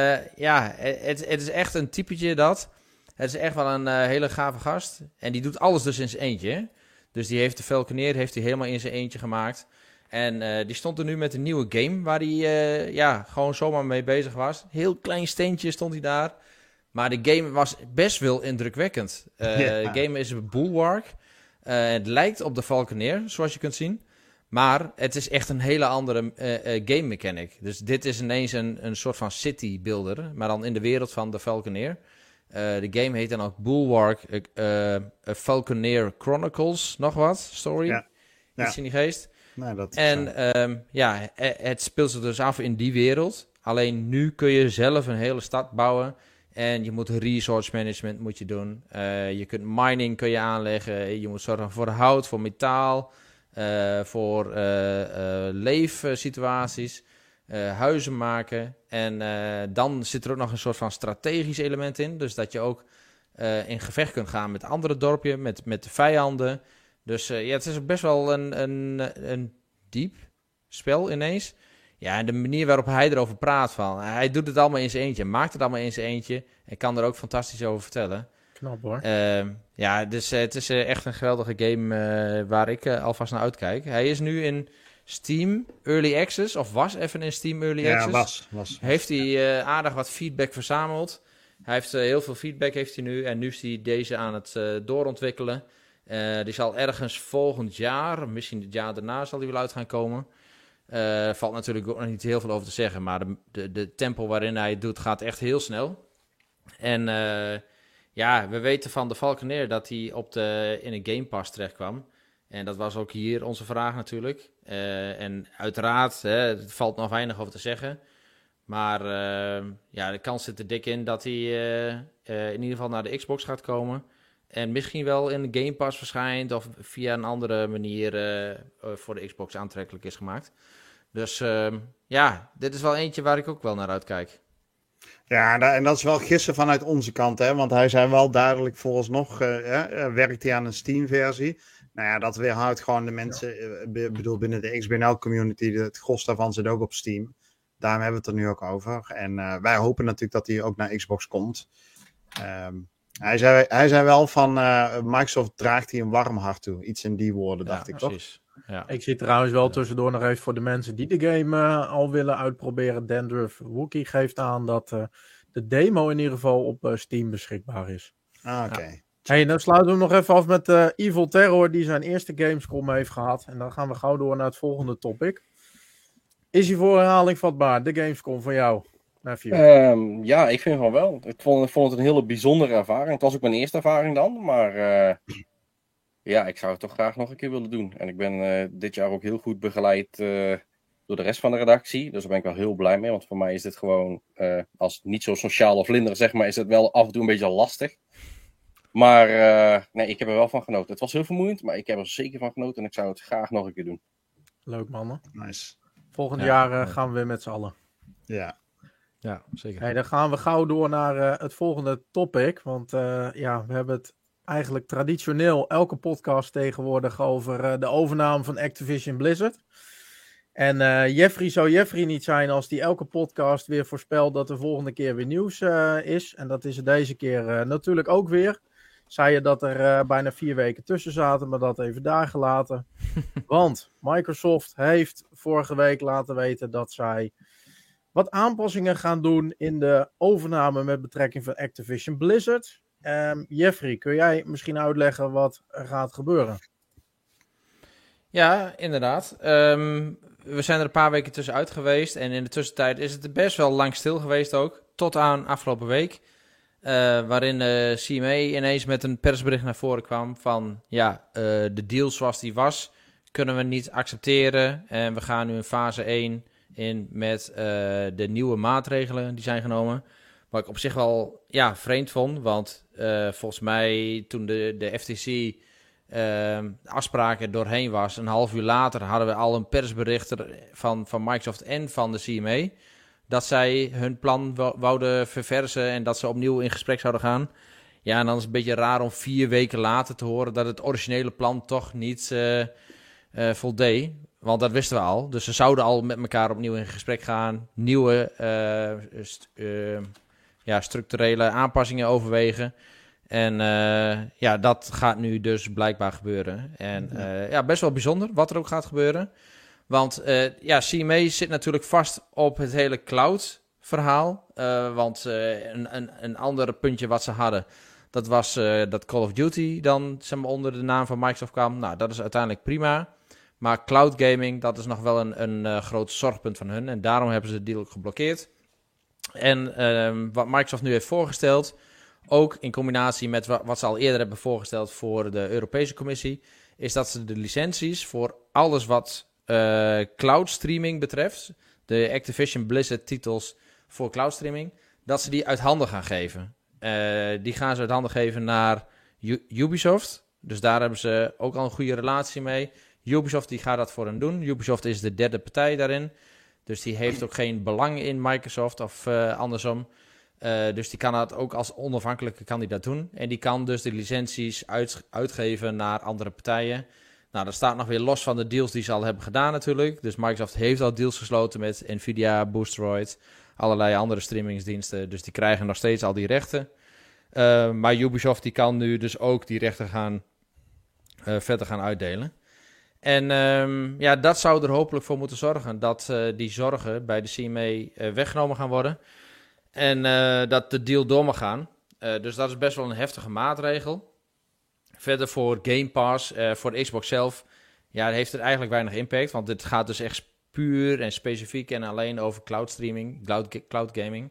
S4: het is echt een typetje dat. Het is echt wel een hele gave gast. En die doet alles dus in zijn eentje. Dus die heeft de Falconeer helemaal in zijn eentje gemaakt. En die stond er nu met een nieuwe game waar hij gewoon zomaar mee bezig was. Heel klein steentje stond hij daar. Maar de game was best wel indrukwekkend. De game is een Bulwark. Het lijkt op de Falconeer, zoals je kunt zien. Maar het is echt een hele andere game mechanic. Dus dit is ineens een soort van city builder. Maar dan in de wereld van de Falconeer. De game heet dan ook Bulwark Falconeer Chronicles, nog wat, story. Ja. Iets in die geest.
S3: Nee, dat
S1: het speelt zich dus af in die wereld. Alleen nu kun je zelf een hele stad bouwen. En je moet resource management moet je doen. Je kunt mining kun je aanleggen. Je moet zorgen voor hout, voor metaal. Voor leefsituaties. Huizen maken. En dan zit er ook nog een soort van strategisch element in. Dus dat je ook in gevecht kunt gaan met andere dorpjes, met de vijanden. Dus het is best wel een diep spel ineens. Ja, en de manier waarop hij erover praat hij doet het allemaal in zijn eentje, maakt het allemaal in zijn eentje en kan er ook fantastisch over vertellen. Knap hoor.
S4: Dus het is echt een geweldige game waar ik alvast naar uitkijk. Hij is nu in Steam Early Access, of was even in Steam Early Access.
S3: Was.
S4: Heeft hij aardig wat feedback verzameld. Hij heeft heel veel feedback heeft hij nu. En nu is hij deze aan het doorontwikkelen. Die zal ergens volgend jaar, misschien het jaar daarna, zal die wel uit gaan komen. Valt natuurlijk ook nog niet heel veel over te zeggen. Maar de tempo waarin hij het doet gaat echt heel snel. En we weten van de Valkeneer dat hij in een Game Pass terecht kwam. En dat was ook hier onze vraag natuurlijk. En uiteraard, er valt nog weinig over te zeggen. Maar de kans zit er dik in dat hij in ieder geval naar de Xbox gaat komen. En misschien wel in de Game Pass verschijnt of via een andere manier voor de Xbox aantrekkelijk is gemaakt. Dus dit is wel eentje waar ik ook wel naar uitkijk.
S3: Ja, en dat is wel gissen vanuit onze kant, hè? Want hij zei wel duidelijk vooralsnog, werkt hij aan een Steam-versie. Nou ja, dat weerhoudt gewoon de mensen, bedoel binnen de XBNL-community, het gros daarvan zit ook op Steam. Daarom hebben we het er nu ook over. En wij hopen natuurlijk dat hij ook naar Xbox komt. Hij zei wel van Microsoft draagt hier een warm hart toe. Iets in die woorden, dacht ik
S4: precies.
S3: toch?
S1: Ja. Ik zie trouwens wel tussendoor nog even voor de mensen die de game al willen uitproberen. Dandruff Wookie geeft aan dat de demo in ieder geval op Steam beschikbaar is.
S3: Oké.
S1: Ja. Hey, dan sluiten we hem nog even af met Evil Terror, die zijn eerste Gamescom heeft gehad. En dan gaan we gauw door naar het volgende topic. Is hij voor herhaling vatbaar, de Gamescom van jou?
S5: Ja, ik vind van wel. Ik vond het een hele bijzondere ervaring. Het was ook mijn eerste ervaring dan, maar ik zou het toch graag nog een keer willen doen. En ik ben dit jaar ook heel goed begeleid door de rest van de redactie. Dus daar ben ik wel heel blij mee, want voor mij is dit gewoon, als niet zo sociale vlinder zeg maar, is het wel af en toe een beetje lastig. Maar ik heb er wel van genoten. Het was heel vermoeiend, maar ik heb er zeker van genoten en ik zou het graag nog een keer doen.
S1: Leuk mannen.
S3: Nice.
S1: Volgend jaar gaan we weer met z'n allen.
S3: Ja.
S4: Ja, zeker.
S1: Hey, dan gaan we gauw door naar het volgende topic. Want we hebben het eigenlijk traditioneel elke podcast tegenwoordig over de overname van Activision Blizzard. En Jeffrey zou Jeffrey niet zijn als die elke podcast weer voorspelt dat er volgende keer weer nieuws is. En dat is er deze keer natuurlijk ook weer. Zei je dat er bijna 4 weken tussen zaten, maar dat even daar gelaten. Want Microsoft heeft vorige week laten weten dat zij wat aanpassingen gaan doen in de overname met betrekking van Activision Blizzard. Jeffrey, kun jij misschien uitleggen wat er gaat gebeuren?
S4: Ja, inderdaad. We zijn er een paar weken tussenuit geweest. En in de tussentijd is het best wel lang stil geweest ook. Tot aan afgelopen week. Waarin de CMA ineens met een persbericht naar voren kwam van de deal zoals die was, kunnen we niet accepteren. En we gaan nu in fase 1 in met de nieuwe maatregelen die zijn genomen. Wat ik op zich wel vreemd vond. Want volgens mij toen de FTC afspraken doorheen was, een half uur later hadden we al een persbericht van Microsoft en van de CMA. Dat zij hun plan wouden verversen en dat ze opnieuw in gesprek zouden gaan. Ja, en dan is het een beetje raar om 4 weken later te horen dat het originele plan toch niet voldeed. Want dat wisten we al. Dus ze zouden al met elkaar opnieuw in gesprek gaan. Nieuwe structurele aanpassingen overwegen. En dat gaat nu dus blijkbaar gebeuren. En best wel bijzonder wat er ook gaat gebeuren. Want CMA zit natuurlijk vast op het hele cloud verhaal. Want een ander puntje wat ze hadden, dat was dat Call of Duty dan onder de naam van Microsoft kwam. Nou, dat is uiteindelijk prima. Maar cloud gaming, dat is nog wel een groot zorgpunt van hun. En daarom hebben ze de deal ook geblokkeerd. En wat Microsoft nu heeft voorgesteld, ook in combinatie met wat ze al eerder hebben voorgesteld voor de Europese Commissie, is dat ze de licenties voor alles wat cloud streaming betreft, de Activision Blizzard titels voor cloud streaming, dat ze die uit handen gaan geven. Die gaan ze uit handen geven naar Ubisoft. Dus daar hebben ze ook al een goede relatie mee. Ubisoft die gaat dat voor hen doen. Ubisoft is de derde partij daarin. Dus die heeft ook geen belang in Microsoft of andersom. Dus die kan dat ook als onafhankelijke kandidaat doen. En die kan dus de licenties uitgeven naar andere partijen. Nou, dat staat nog weer los van de deals die ze al hebben gedaan natuurlijk. Dus Microsoft heeft al deals gesloten met Nvidia, Boosteroid, allerlei andere streamingsdiensten. Dus die krijgen nog steeds al die rechten. Maar Ubisoft die kan nu dus ook die rechten verder gaan uitdelen. En dat zou er hopelijk voor moeten zorgen dat die zorgen bij de CMA weggenomen gaan worden. En dat de deal door mag gaan. Dus dat is best wel een heftige maatregel. Verder voor Game Pass, voor de Xbox zelf, ja, heeft het eigenlijk weinig impact. Want dit gaat dus echt puur en specifiek en alleen over cloud streaming, cloud gaming.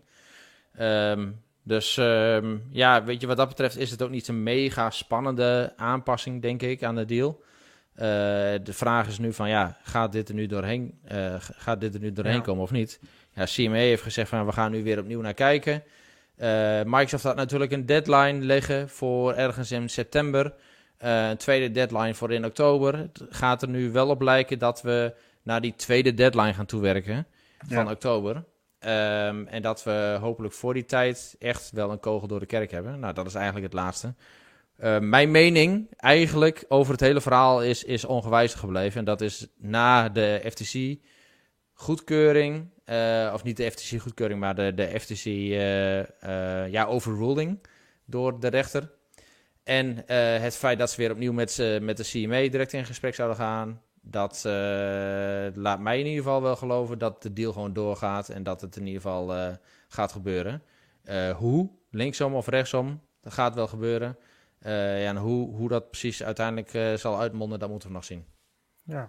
S4: Ja, weet je, wat dat betreft is het ook niet een mega spannende aanpassing, denk ik, aan de deal. De vraag is nu van, ja, gaat dit er nu doorheen komen of niet? Ja, CMA heeft gezegd van, we gaan nu weer opnieuw naar kijken. Microsoft had natuurlijk een deadline liggen voor ergens in september. Een tweede deadline voor in oktober. Het gaat er nu wel op lijken dat we naar die tweede deadline gaan toewerken van oktober. En dat we hopelijk voor die tijd echt wel een kogel door de kerk hebben. Nou, dat is eigenlijk het laatste. Mijn mening eigenlijk over het hele verhaal is ongewijzigd gebleven. En dat is na de FTC goedkeuring, of niet de FTC goedkeuring, maar de FTC overruling door de rechter. En het feit dat ze weer opnieuw met de CMA direct in gesprek zouden gaan, dat laat mij in ieder geval wel geloven dat de deal gewoon doorgaat en dat het in ieder geval gaat gebeuren. Hoe, linksom of rechtsom, dat gaat wel gebeuren. En hoe dat precies uiteindelijk zal uitmonden, dat moeten we nog zien.
S1: Ja.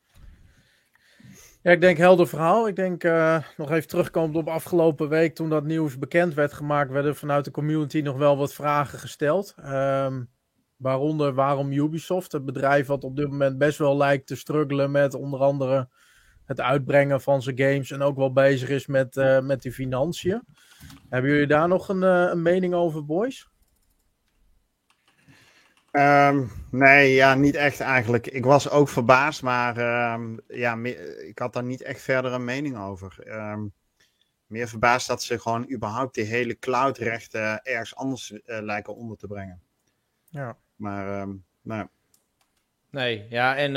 S1: Ja, ik denk helder verhaal. Ik denk nog even terugkomend op afgelopen week toen dat nieuws bekend werd gemaakt, werden vanuit de community nog wel wat vragen gesteld. Waaronder waarom Ubisoft, het bedrijf wat op dit moment best wel lijkt te struggelen met onder andere het uitbrengen van zijn games en ook wel bezig is met die financiën. Hebben jullie daar nog een mening over, boys?
S3: Nee, ja, niet echt eigenlijk. Ik was ook verbaasd, maar ik had daar niet echt verder een mening over. Meer verbaasd dat ze gewoon überhaupt die hele cloudrechten ergens anders lijken onder te brengen.
S1: Ja.
S3: Maar, nou.
S4: Nee, ja, en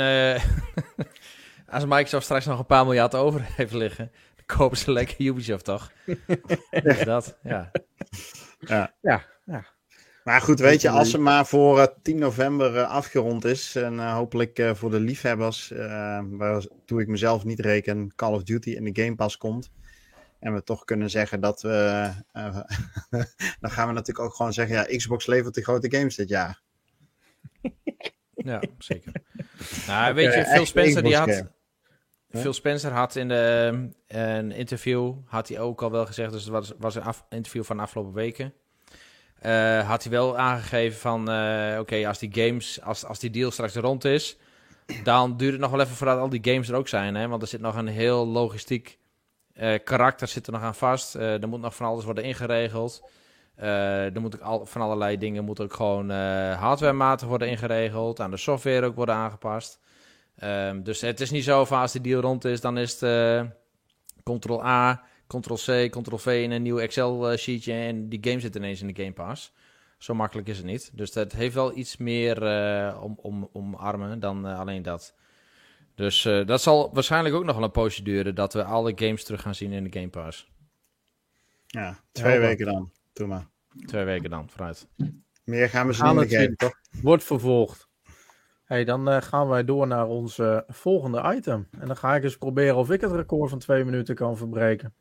S4: als Microsoft straks nog een paar miljard over heeft liggen, dan kopen ze lekker Ubisoft, toch? Dus dat, ja.
S3: Ja. Maar goed, weet je, als het maar voor 10 november afgerond is, en hopelijk voor de liefhebbers, waartoe ik mezelf niet reken, Call of Duty in de Game Pass komt, en we toch kunnen zeggen dat we, dan gaan we natuurlijk ook gewoon zeggen, ja, Xbox levert de grote games dit jaar.
S4: Ja, zeker. Nou, weet je, Phil Spencer had in een interview, had hij ook al wel gezegd, dus het was een interview van de afgelopen weken, had hij wel aangegeven van, oké, als die games, als die deal straks rond is, dan duurt het nog wel even voordat al die games er ook zijn, hè? Want er zit nog een heel logistiek karakter zit er nog aan vast. Er moet nog van alles worden ingeregeld. Er moet ook van allerlei dingen moet ook gewoon hardwarematig worden ingeregeld, aan de software ook worden aangepast. Dus het is niet zo van als die deal rond is, dan is het Ctrl-A, Ctrl-C, Ctrl-V in een nieuw Excel-sheetje en die game zit ineens in de Game Pass. Zo makkelijk is het niet. Dus dat heeft wel iets meer omarmen dan alleen dat. Dus dat zal waarschijnlijk ook nog wel een poosje duren dat we alle games terug gaan zien in de Game Pass.
S3: Ja, 2 weken dan. Doe maar.
S4: 2 weken dan, vooruit.
S3: Meer gaan we zien in de game, toch?
S1: Wordt vervolgd. Hey, dan gaan wij door naar ons volgende item. En dan ga ik eens proberen of ik het record van 2 minuten kan verbreken.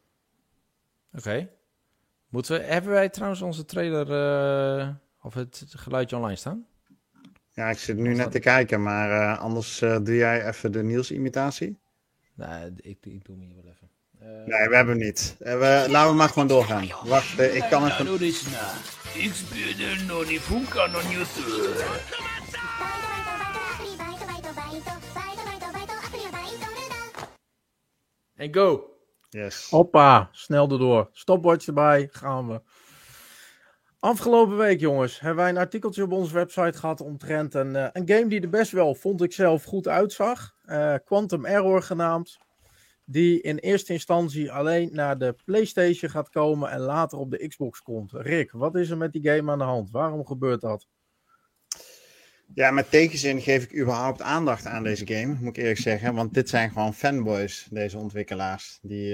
S4: Oké. Hebben wij trouwens onze trailer of het geluidje online staan?
S3: Ja, ik zit nu net te kijken, maar anders doe jij even de Niels-imitatie?
S4: Nee, ik doe hem hier wel even.
S3: Nee, we hebben hem niet. Laten we maar gewoon doorgaan. Wacht, ik kan even...
S4: En go!
S3: Yes.
S1: Hoppa, snel erdoor. Stopwatch erbij, gaan we. Afgelopen week, jongens, hebben wij een artikeltje op onze website gehad omtrent een game die er best wel, vond ik zelf, goed uitzag. Quantum Error genaamd. Die in eerste instantie alleen naar de PlayStation gaat komen en later op de Xbox komt. Rick, wat is er met die game aan de hand? Waarom gebeurt dat?
S3: Ja, met tegenzin geef ik überhaupt aandacht aan deze game, moet ik eerlijk zeggen. Want dit zijn gewoon fanboys, deze ontwikkelaars. Die,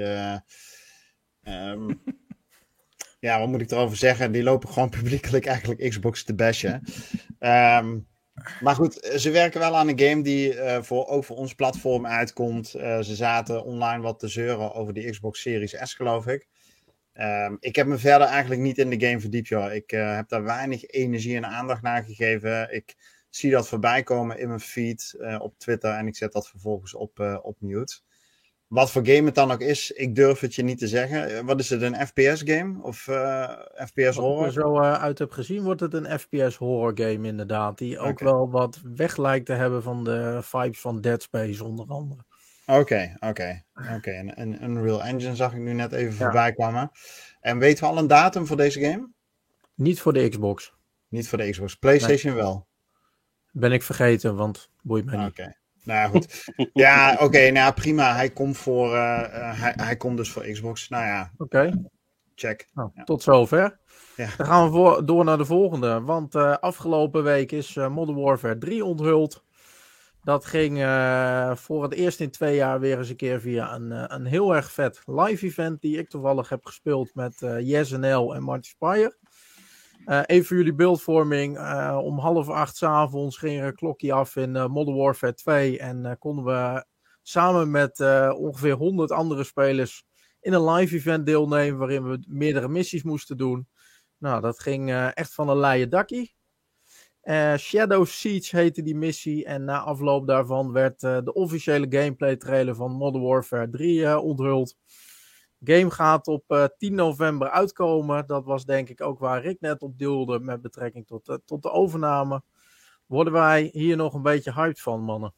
S3: ja, wat moet ik erover zeggen? Die lopen gewoon publiekelijk eigenlijk Xbox te bashen. Maar goed, ze werken wel aan een game die ook voor ons platform uitkomt. Ze zaten online wat te zeuren over die Xbox Series S, geloof ik. Ik heb me verder eigenlijk niet in de game verdiept, joh. Ik heb daar weinig energie en aandacht naar gegeven. Ik zie dat voorbij komen in mijn feed op Twitter en ik zet dat vervolgens op mute. Wat voor game het dan ook is, ik durf het je niet te zeggen. Wat is het, een FPS-game? Of FPS horror?
S1: Wat ik er zo uit heb gezien, wordt het een FPS horror game inderdaad. Die ook wel wat weg lijkt te hebben van de vibes van Dead Space onder andere.
S3: Oké. En Unreal Engine zag ik nu net even voorbij kwamen. En weten we al een datum voor deze game?
S1: Niet voor de Xbox.
S3: Niet voor de Xbox. PlayStation wel.
S1: Ben ik vergeten, want boeit mij niet.
S3: Oké. Nou ja, goed. Ja, oké, prima. Hij komt hij komt dus voor Xbox. Nou ja,
S1: Oké.
S3: check.
S1: Nou, tot zover.
S3: Ja.
S1: Dan gaan we door naar de volgende. Want afgelopen week is Modern Warfare 3 onthuld. Dat ging voor het eerst in 2 jaar weer eens een keer via een heel erg vet live event. Die ik toevallig heb gespeeld met JesNL en Marty Spire. Even voor jullie beeldvorming. Om 7:30 s'avonds ging er een klokje af in Modern Warfare 2. En konden we samen met ongeveer 100 andere spelers in een live event deelnemen. Waarin we meerdere missies moesten doen. Nou, dat ging echt van een leien dakkie. Shadow Siege heette die missie. En na afloop daarvan werd de officiële gameplay trailer van Modern Warfare 3 onthuld. Game gaat op 10 november uitkomen. Dat was denk ik ook waar Rick net op deelde met betrekking tot de overname. Worden wij hier nog een beetje hyped van, mannen?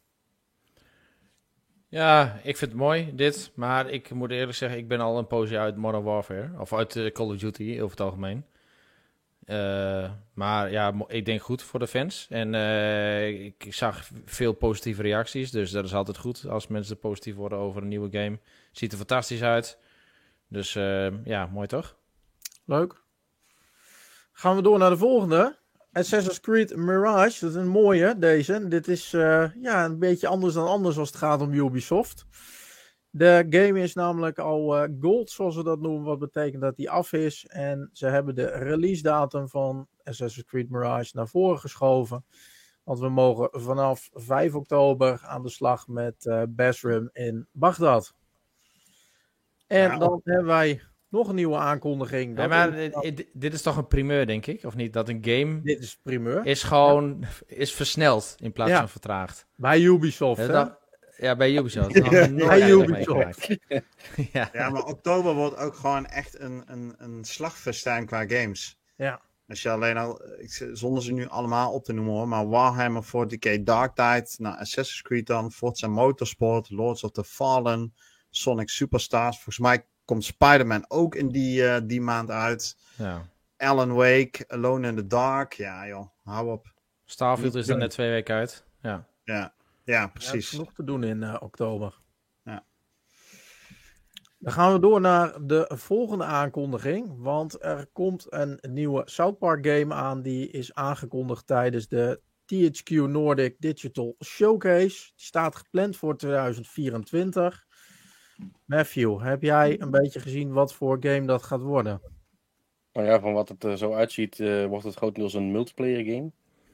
S4: Ja, ik vind het mooi, dit. Maar ik moet eerlijk zeggen, ik ben al een poosje uit Modern Warfare. Of uit Call of Duty, over het algemeen. Maar ja, ik denk goed voor de fans. En ik zag veel positieve reacties. Dus dat is altijd goed als mensen positief worden over een nieuwe game. Ziet er fantastisch uit. Dus ja, mooi toch?
S1: Leuk. Gaan we door naar de volgende. Assassin's Creed Mirage. Dat is een mooie, deze. Dit is een beetje anders dan anders als het gaat om Ubisoft. De game is namelijk al gold, zoals ze dat noemen. Wat betekent dat die af is. En ze hebben de release datum van Assassin's Creed Mirage naar voren geschoven. Want we mogen vanaf 5 oktober aan de slag met Basram in Bagdad. En dan hebben wij nog een nieuwe aankondiging.
S4: Ja, maar dit is toch een primeur, denk ik? Of niet? Dat een game
S1: Dit is primeur.
S4: is versneld in plaats van vertraagd.
S1: Bij Ubisoft, hè?
S4: Ja, bij Ubisoft.
S1: Bij Ubisoft.
S3: Ja, maar oktober wordt ook gewoon echt een slagfestijn qua games.
S1: Ja.
S3: Als je alleen al, zonder ze nu allemaal op te noemen hoor, maar Warhammer 40k Dark Tide, Assassin's Creed dan, Forza Motorsport, Lords of the Fallen, Sonic Superstars. Volgens mij komt Spider-Man ook in die maand uit.
S4: Ja.
S3: Alan Wake, Alone in the Dark. Ja joh, hou op.
S4: Starfield is er net 2 weken uit.
S3: Ja, precies.
S1: Er is genoeg te doen in oktober.
S3: Ja.
S1: Dan gaan we door naar de volgende aankondiging. Want er komt een nieuwe South Park game aan. Die is aangekondigd tijdens de THQ Nordic Digital Showcase. Die staat gepland voor 2024. Matthew, heb jij een beetje gezien wat voor game dat gaat worden?
S5: Nou ja, van wat het er zo uitziet, wordt het grotendeels een multiplayer game.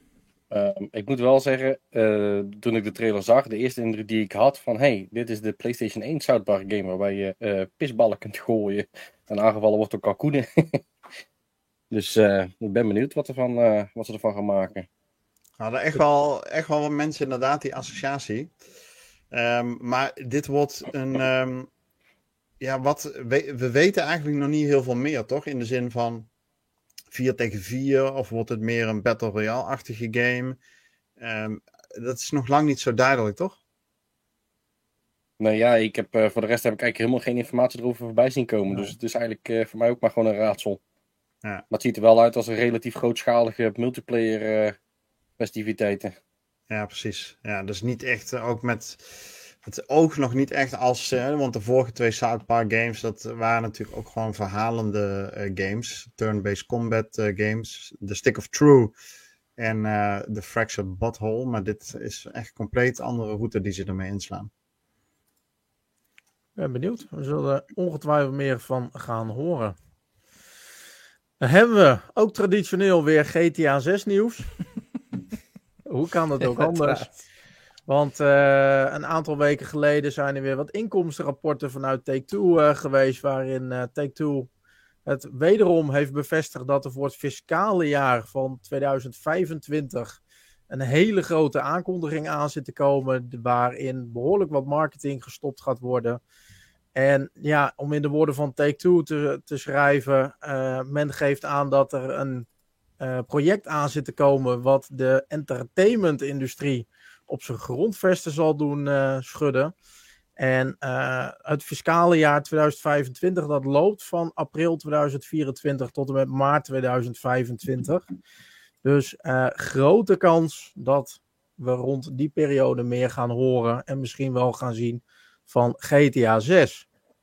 S5: Ik moet wel zeggen, toen ik de trailer zag, de eerste indruk die ik had van dit is de PlayStation 1 South Park game waarbij je pisballen kunt gooien en aangevallen wordt door kalkoenen. Dus ik ben benieuwd wat ze ervan gaan maken.
S3: Hadden echt wel wat mensen inderdaad die associatie. Maar dit wordt een... we weten eigenlijk nog niet heel veel meer, toch? In de zin van 4 tegen 4, of wordt het meer een Battle Royale-achtige game? Dat is nog lang niet zo duidelijk, toch?
S5: Nou ja, voor de rest heb ik eigenlijk helemaal geen informatie erover voorbij zien komen. Dus het is eigenlijk voor mij ook maar gewoon een raadsel. Ja. Maar het ziet er wel uit als een relatief grootschalige multiplayer festiviteiten.
S3: Ja, precies. Ja, dus niet echt, ook met het oog nog niet echt als... want de vorige 2 South Park games, dat waren natuurlijk ook gewoon verhalende games. Turn-based combat games. The Stick of True en The Fractured Butthole. Maar dit is echt een compleet andere route die ze ermee inslaan.
S1: Ik ben benieuwd. We zullen er ongetwijfeld meer van gaan horen. Dan hebben we ook traditioneel weer GTA 6 nieuws. Hoe kan dat ook anders? Want een aantal weken geleden zijn er weer wat inkomstenrapporten vanuit Take-Two geweest, waarin Take-Two het wederom heeft bevestigd dat er voor het fiscale jaar van 2025 een hele grote aankondiging aan zit te komen, waarin behoorlijk wat marketing gestopt gaat worden. En ja, om in de woorden van Take-Two te schrijven, men geeft aan dat er een project aan zit te komen wat de entertainment-industrie op zijn grondvesten zal doen schudden. En het fiscale jaar 2025, dat loopt van april 2024 tot en met maart 2025. Dus grote kans dat we rond die periode meer gaan horen en misschien wel gaan zien van GTA 6.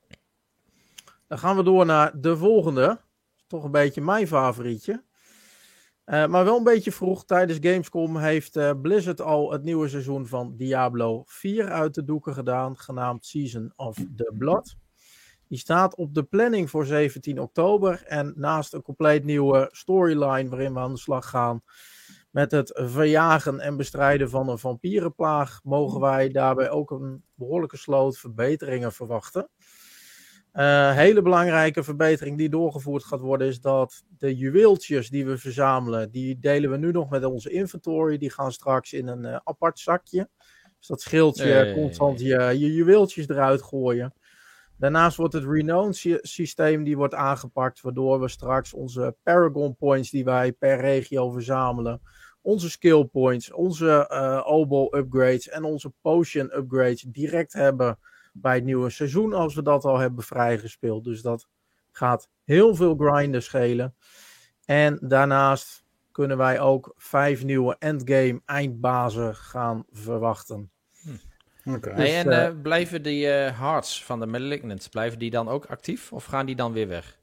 S1: Dan gaan we door naar de volgende. Toch een beetje mijn favorietje. Maar wel een beetje vroeg. Tijdens Gamescom heeft Blizzard al het nieuwe seizoen van Diablo 4 uit de doeken gedaan. Genaamd Season of the Blood. Die staat op de planning voor 17 oktober. En naast een compleet nieuwe storyline waarin we aan de slag gaan met het verjagen en bestrijden van een vampierenplaag, mogen wij daarbij ook een behoorlijke sloot verbeteringen verwachten. Hele belangrijke verbetering die doorgevoerd gaat worden is dat de juweeltjes die we verzamelen, die delen we nu nog met onze inventory. Die gaan straks in een apart zakje. Dus dat scheelt je constant je juweeltjes eruit gooien. Daarnaast wordt het renown systeem die wordt aangepakt, waardoor we straks onze Paragon points die wij per regio verzamelen, onze skill points, onze obol upgrades en onze potion upgrades direct hebben bij het nieuwe seizoen als we dat al hebben vrijgespeeld. Dus dat gaat heel veel grinden schelen. En daarnaast kunnen wij ook 5 nieuwe endgame eindbazen gaan verwachten.
S3: Okay.
S4: Hey,
S1: Dus,
S4: en blijven die hearts van de Malignant, blijven die dan ook actief of gaan die dan weer weg?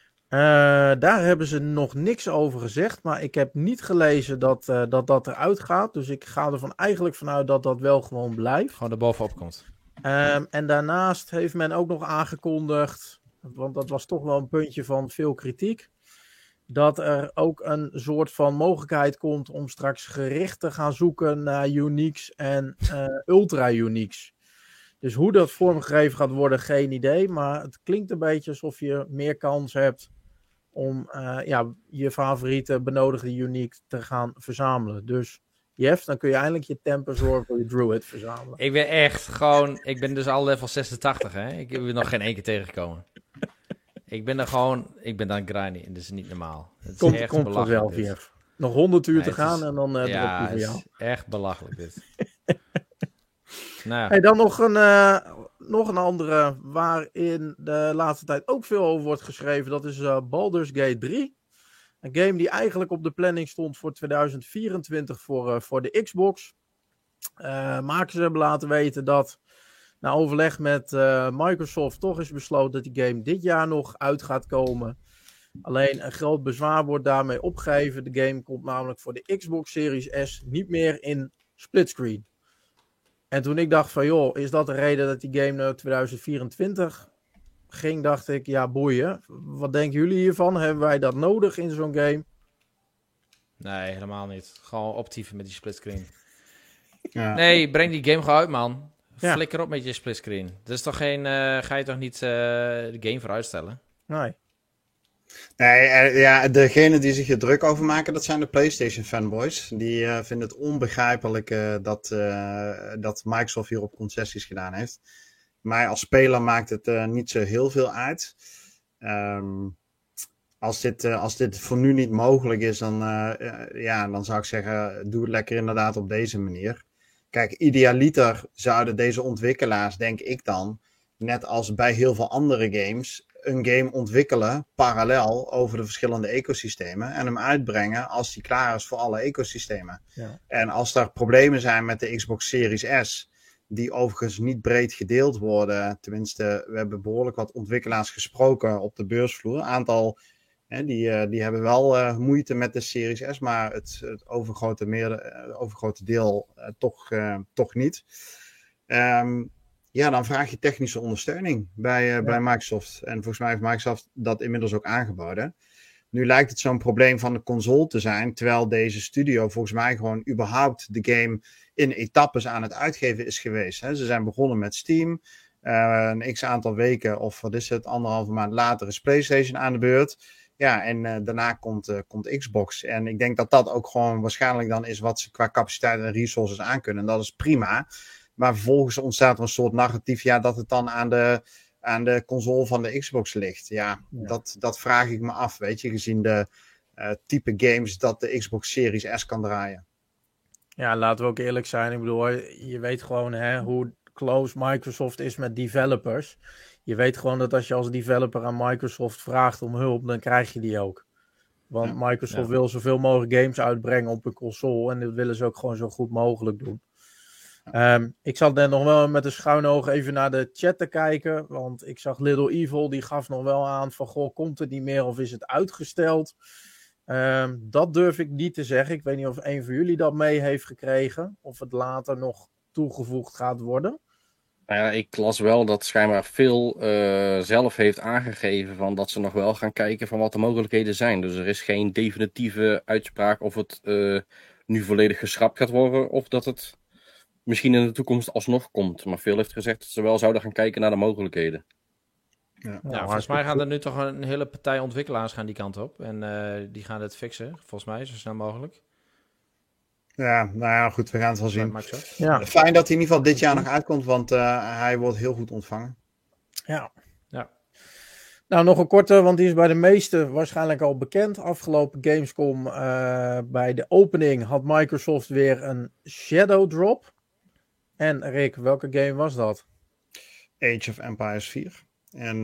S1: Daar hebben ze nog niks over gezegd, maar ik heb niet gelezen dat eruit gaat. Dus ik ga er eigenlijk vanuit dat dat wel gewoon blijft.
S4: Gewoon erbovenop komt.
S1: En daarnaast heeft men ook nog aangekondigd, want dat was toch wel een puntje van veel kritiek, dat er ook een soort van mogelijkheid komt om straks gericht te gaan zoeken naar uniques en ultra-uniques. Dus hoe dat vormgegeven gaat worden, geen idee. Maar het klinkt een beetje alsof je meer kans hebt om je favoriete benodigde unique te gaan verzamelen. Dus Jeff, dan kun je eindelijk je Tempest voor je Druid verzamelen.
S4: Ik ben dus al level 86, hè. Ik heb er nog geen één keer tegengekomen. Ik ben dan grindy en dat is niet normaal. Het is echt
S1: Komt
S4: belachelijk
S1: vanzelf,
S4: dit.
S1: Jeff. Nog 100 uur te
S4: het
S1: gaan
S4: is-
S1: en dan drop je
S4: Ja,
S1: voor
S4: het
S1: jou.
S4: is echt belachelijk dit. Nou,
S1: Hey, dan nog een andere waarin de laatste tijd ook veel over wordt geschreven. Dat is Baldur's Gate 3. Een game die eigenlijk op de planning stond voor 2024 voor de Xbox. Makers hebben laten weten dat na overleg met Microsoft toch is besloten dat die game dit jaar nog uit gaat komen. Alleen een groot bezwaar wordt daarmee opgegeven. De game komt namelijk voor de Xbox Series S niet meer in splitscreen. En toen ik dacht van joh, is dat de reden dat die game naar 2024 ging, dacht ik ja boeien. Wat denken jullie hiervan? Hebben wij dat nodig in zo'n game?
S4: nee, helemaal niet. Gewoon optieven met die splitscreen.
S3: Ja.
S4: Nee, breng die game gewoon uit, man.
S1: Ja.
S4: Flikker op met je splitscreen. Dat is toch geen... ga je toch niet de game vooruitstellen?
S1: Nee.
S3: Nee, degene die zich er druk over maken, dat zijn de PlayStation fanboys. Die vinden het onbegrijpelijk dat Microsoft hierop concessies gedaan heeft. Mij als speler maakt het niet zo heel veel uit. Als dit voor nu niet mogelijk is, dan zou ik zeggen, doe het lekker inderdaad op deze manier. Kijk, idealiter zouden deze ontwikkelaars, denk ik dan, net als bij heel veel andere games, een game ontwikkelen parallel over de verschillende ecosystemen en hem uitbrengen als die klaar is voor alle ecosystemen.
S1: Ja.
S3: En als er problemen zijn met de Xbox Series S, die overigens niet breed gedeeld worden, tenminste, we hebben behoorlijk wat ontwikkelaars gesproken op de beursvloer. Een aantal, die hebben wel moeite met de Series S, maar het overgrote deel toch niet. Dan vraag je technische ondersteuning bij Microsoft. En volgens mij heeft Microsoft dat inmiddels ook aangeboden. Nu lijkt het zo'n probleem van de console te zijn, terwijl deze studio volgens mij gewoon überhaupt de game in etappes aan het uitgeven is geweest. Hè. Ze zijn begonnen met Steam. Een x-aantal weken, of wat is het, 1,5 maand later is PlayStation aan de beurt. Ja, en daarna komt Xbox. En ik denk dat dat ook gewoon waarschijnlijk dan is wat ze qua capaciteit en resources aankunnen. En dat is prima. Maar vervolgens ontstaat er een soort narratief, ja, dat het dan aan de console van de Xbox ligt. Ja. Dat vraag ik me af, weet je, gezien de type games dat de Xbox Series S kan draaien.
S1: Ja, laten we ook eerlijk zijn. Ik bedoel, je weet gewoon hoe close Microsoft is met developers. Je weet gewoon dat als je als developer aan Microsoft vraagt om hulp, dan krijg je die ook. Want Microsoft wil zoveel mogelijk games uitbrengen op een console. En dat willen ze ook gewoon zo goed mogelijk doen. Ik zat net nog wel met een schuin oog even naar de chat te kijken. Want ik zag Little Evil, die gaf nog wel aan van, goh, komt het niet meer of is het uitgesteld? Dat durf ik niet te zeggen. Ik weet niet of een van jullie dat mee heeft gekregen. Of het later nog toegevoegd gaat worden.
S5: Nou ja, ik las wel dat schijnbaar Phil zelf heeft aangegeven van dat ze nog wel gaan kijken van wat de mogelijkheden zijn. Dus er is geen definitieve uitspraak of het nu volledig geschrapt gaat worden of dat het misschien in de toekomst alsnog komt. Maar Phil heeft gezegd dat ze wel zouden gaan kijken naar de mogelijkheden.
S4: Ja, volgens mij gaan er nu toch een hele partij ontwikkelaars gaan die kant op. En die gaan het fixen, volgens mij, zo snel mogelijk.
S3: Ja, nou ja, goed, we gaan het wel zien.
S1: Ja.
S3: Fijn dat hij in ieder geval dit jaar nog uitkomt, want hij wordt heel goed ontvangen.
S1: Ja. Nou, nog een korte, want die is bij de meesten waarschijnlijk al bekend. Afgelopen Gamescom bij de opening had Microsoft weer een Shadow Drop. En Rick, welke game was dat?
S3: Age of Empires 4. En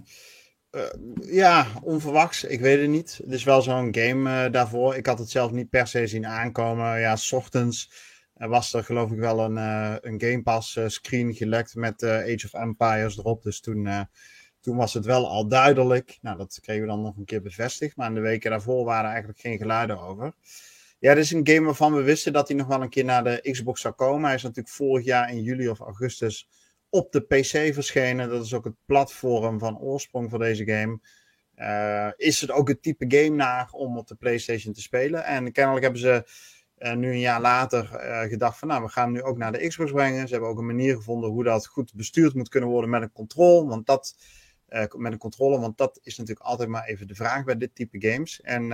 S3: onverwachts. Ik weet het niet. Het is wel zo'n game daarvoor. Ik had het zelf niet per se zien aankomen. Ja, 's ochtends was er geloof ik wel een Game Pass screen gelekt met Age of Empires erop. Dus toen was het wel al duidelijk. Nou, dat kregen we dan nog een keer bevestigd. Maar in de weken daarvoor waren er eigenlijk geen geluiden over. Ja, dit is een game waarvan we wisten dat hij nog wel een keer naar de Xbox zou komen. Hij is natuurlijk vorig jaar in juli of augustus op de PC verschenen. Dat is ook het platform van oorsprong voor deze game. Is het ook het type game naar om op de PlayStation te spelen. En kennelijk hebben ze nu een jaar later gedacht van, nou, we gaan hem nu ook naar de Xbox brengen. Ze hebben ook een manier gevonden hoe dat goed bestuurd moet kunnen worden met een controle. Want dat is natuurlijk altijd maar even de vraag bij dit type games. En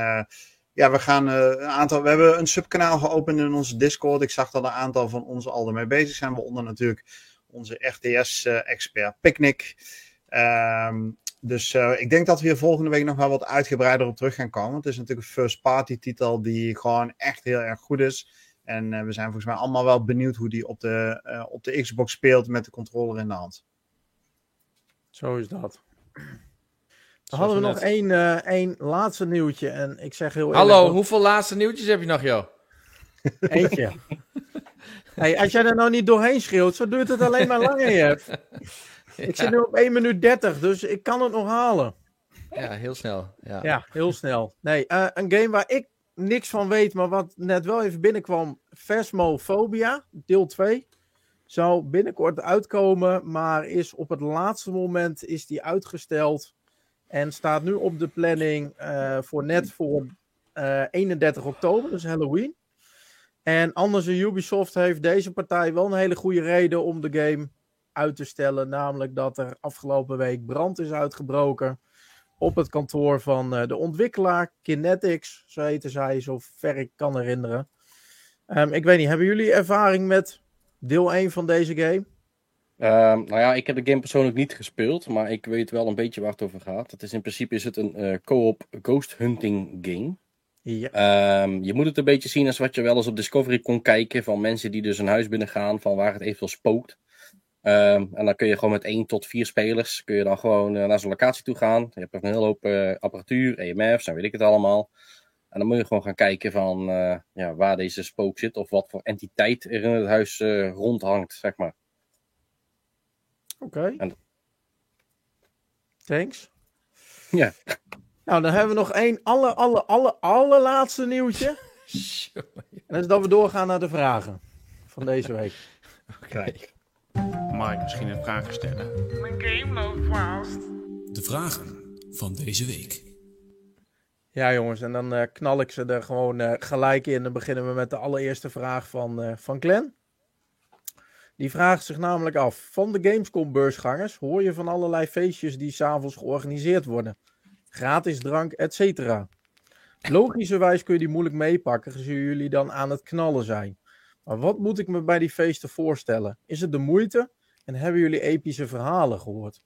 S3: we hebben een subkanaal geopend in onze Discord. Ik zag dat een aantal van ons al ermee bezig zijn. Waaronder natuurlijk onze RTS-expert Picnic. Dus ik denk dat we hier volgende week nog wel wat uitgebreider op terug gaan komen. Het is natuurlijk een first-party titel die gewoon echt heel erg goed is. En we zijn volgens mij allemaal wel benieuwd hoe die op de Xbox speelt met de controller in de hand.
S1: Zo is dat. Dan hadden we nog één laatste nieuwtje. En ik zeg heel eerlijk...
S4: Hallo, hoeveel laatste nieuwtjes heb je nog, joh?
S1: Eentje. Hey, als jij er nou niet doorheen schreeuwt, zo duurt het alleen maar langer, Jeff. Ik zit nu op 1 minuut 30, dus ik kan het nog halen.
S4: Ja, heel snel.
S1: Ja, heel snel. Nee, een game waar ik niks van weet, maar wat net wel even binnenkwam. Phasmophobia, deel 2. Zou binnenkort uitkomen, maar is op het laatste moment is die uitgesteld. En staat nu op de planning voor 31 oktober, dus Halloween. En anders Ubisoft heeft deze partij wel een hele goede reden om de game uit te stellen. Namelijk dat er afgelopen week brand is uitgebroken op het kantoor van de ontwikkelaar Kinetics. Zo heette zij, zover ik kan herinneren. Ik weet niet, hebben jullie ervaring met deel 1 van deze game?
S5: Nou ja, ik heb de game persoonlijk niet gespeeld, maar ik weet wel een beetje waar het over gaat. In principe is het een co-op ghost hunting game.
S1: Ja.
S5: Je moet het een beetje zien als wat je wel eens op Discovery kon kijken van mensen die dus een huis binnengaan van waar het eventueel spookt. En dan kun je gewoon met 1 tot 4 spelers kun je dan gewoon naar zo'n locatie toe gaan. Je hebt een hele hoop apparatuur, EMF's en weet ik het allemaal. En dan moet je gewoon gaan kijken van waar deze spook zit of wat voor entiteit er in het huis rondhangt, zeg maar.
S1: Oké. Thanks.
S5: Ja.
S1: Nou, dan hebben we nog één allerlaatste nieuwtje. En dat is dat we doorgaan naar de vragen van deze week.
S3: Kijk.
S6: Mag ik misschien een vraag stellen?
S7: Mijn game loopt vast.
S6: De vragen van deze week.
S1: Ja, jongens, en dan knal ik ze er gewoon gelijk in. Dan beginnen we met de allereerste vraag van Glenn. Die vraagt zich namelijk af, van de Gamescom-beursgangers hoor je van allerlei feestjes die 's avonds georganiseerd worden. Gratis drank, etc. Logischerwijs kun je die moeilijk meepakken, gezien jullie dan aan het knallen zijn. Maar wat moet ik me bij die feesten voorstellen? Is het de moeite? En hebben jullie epische verhalen gehoord?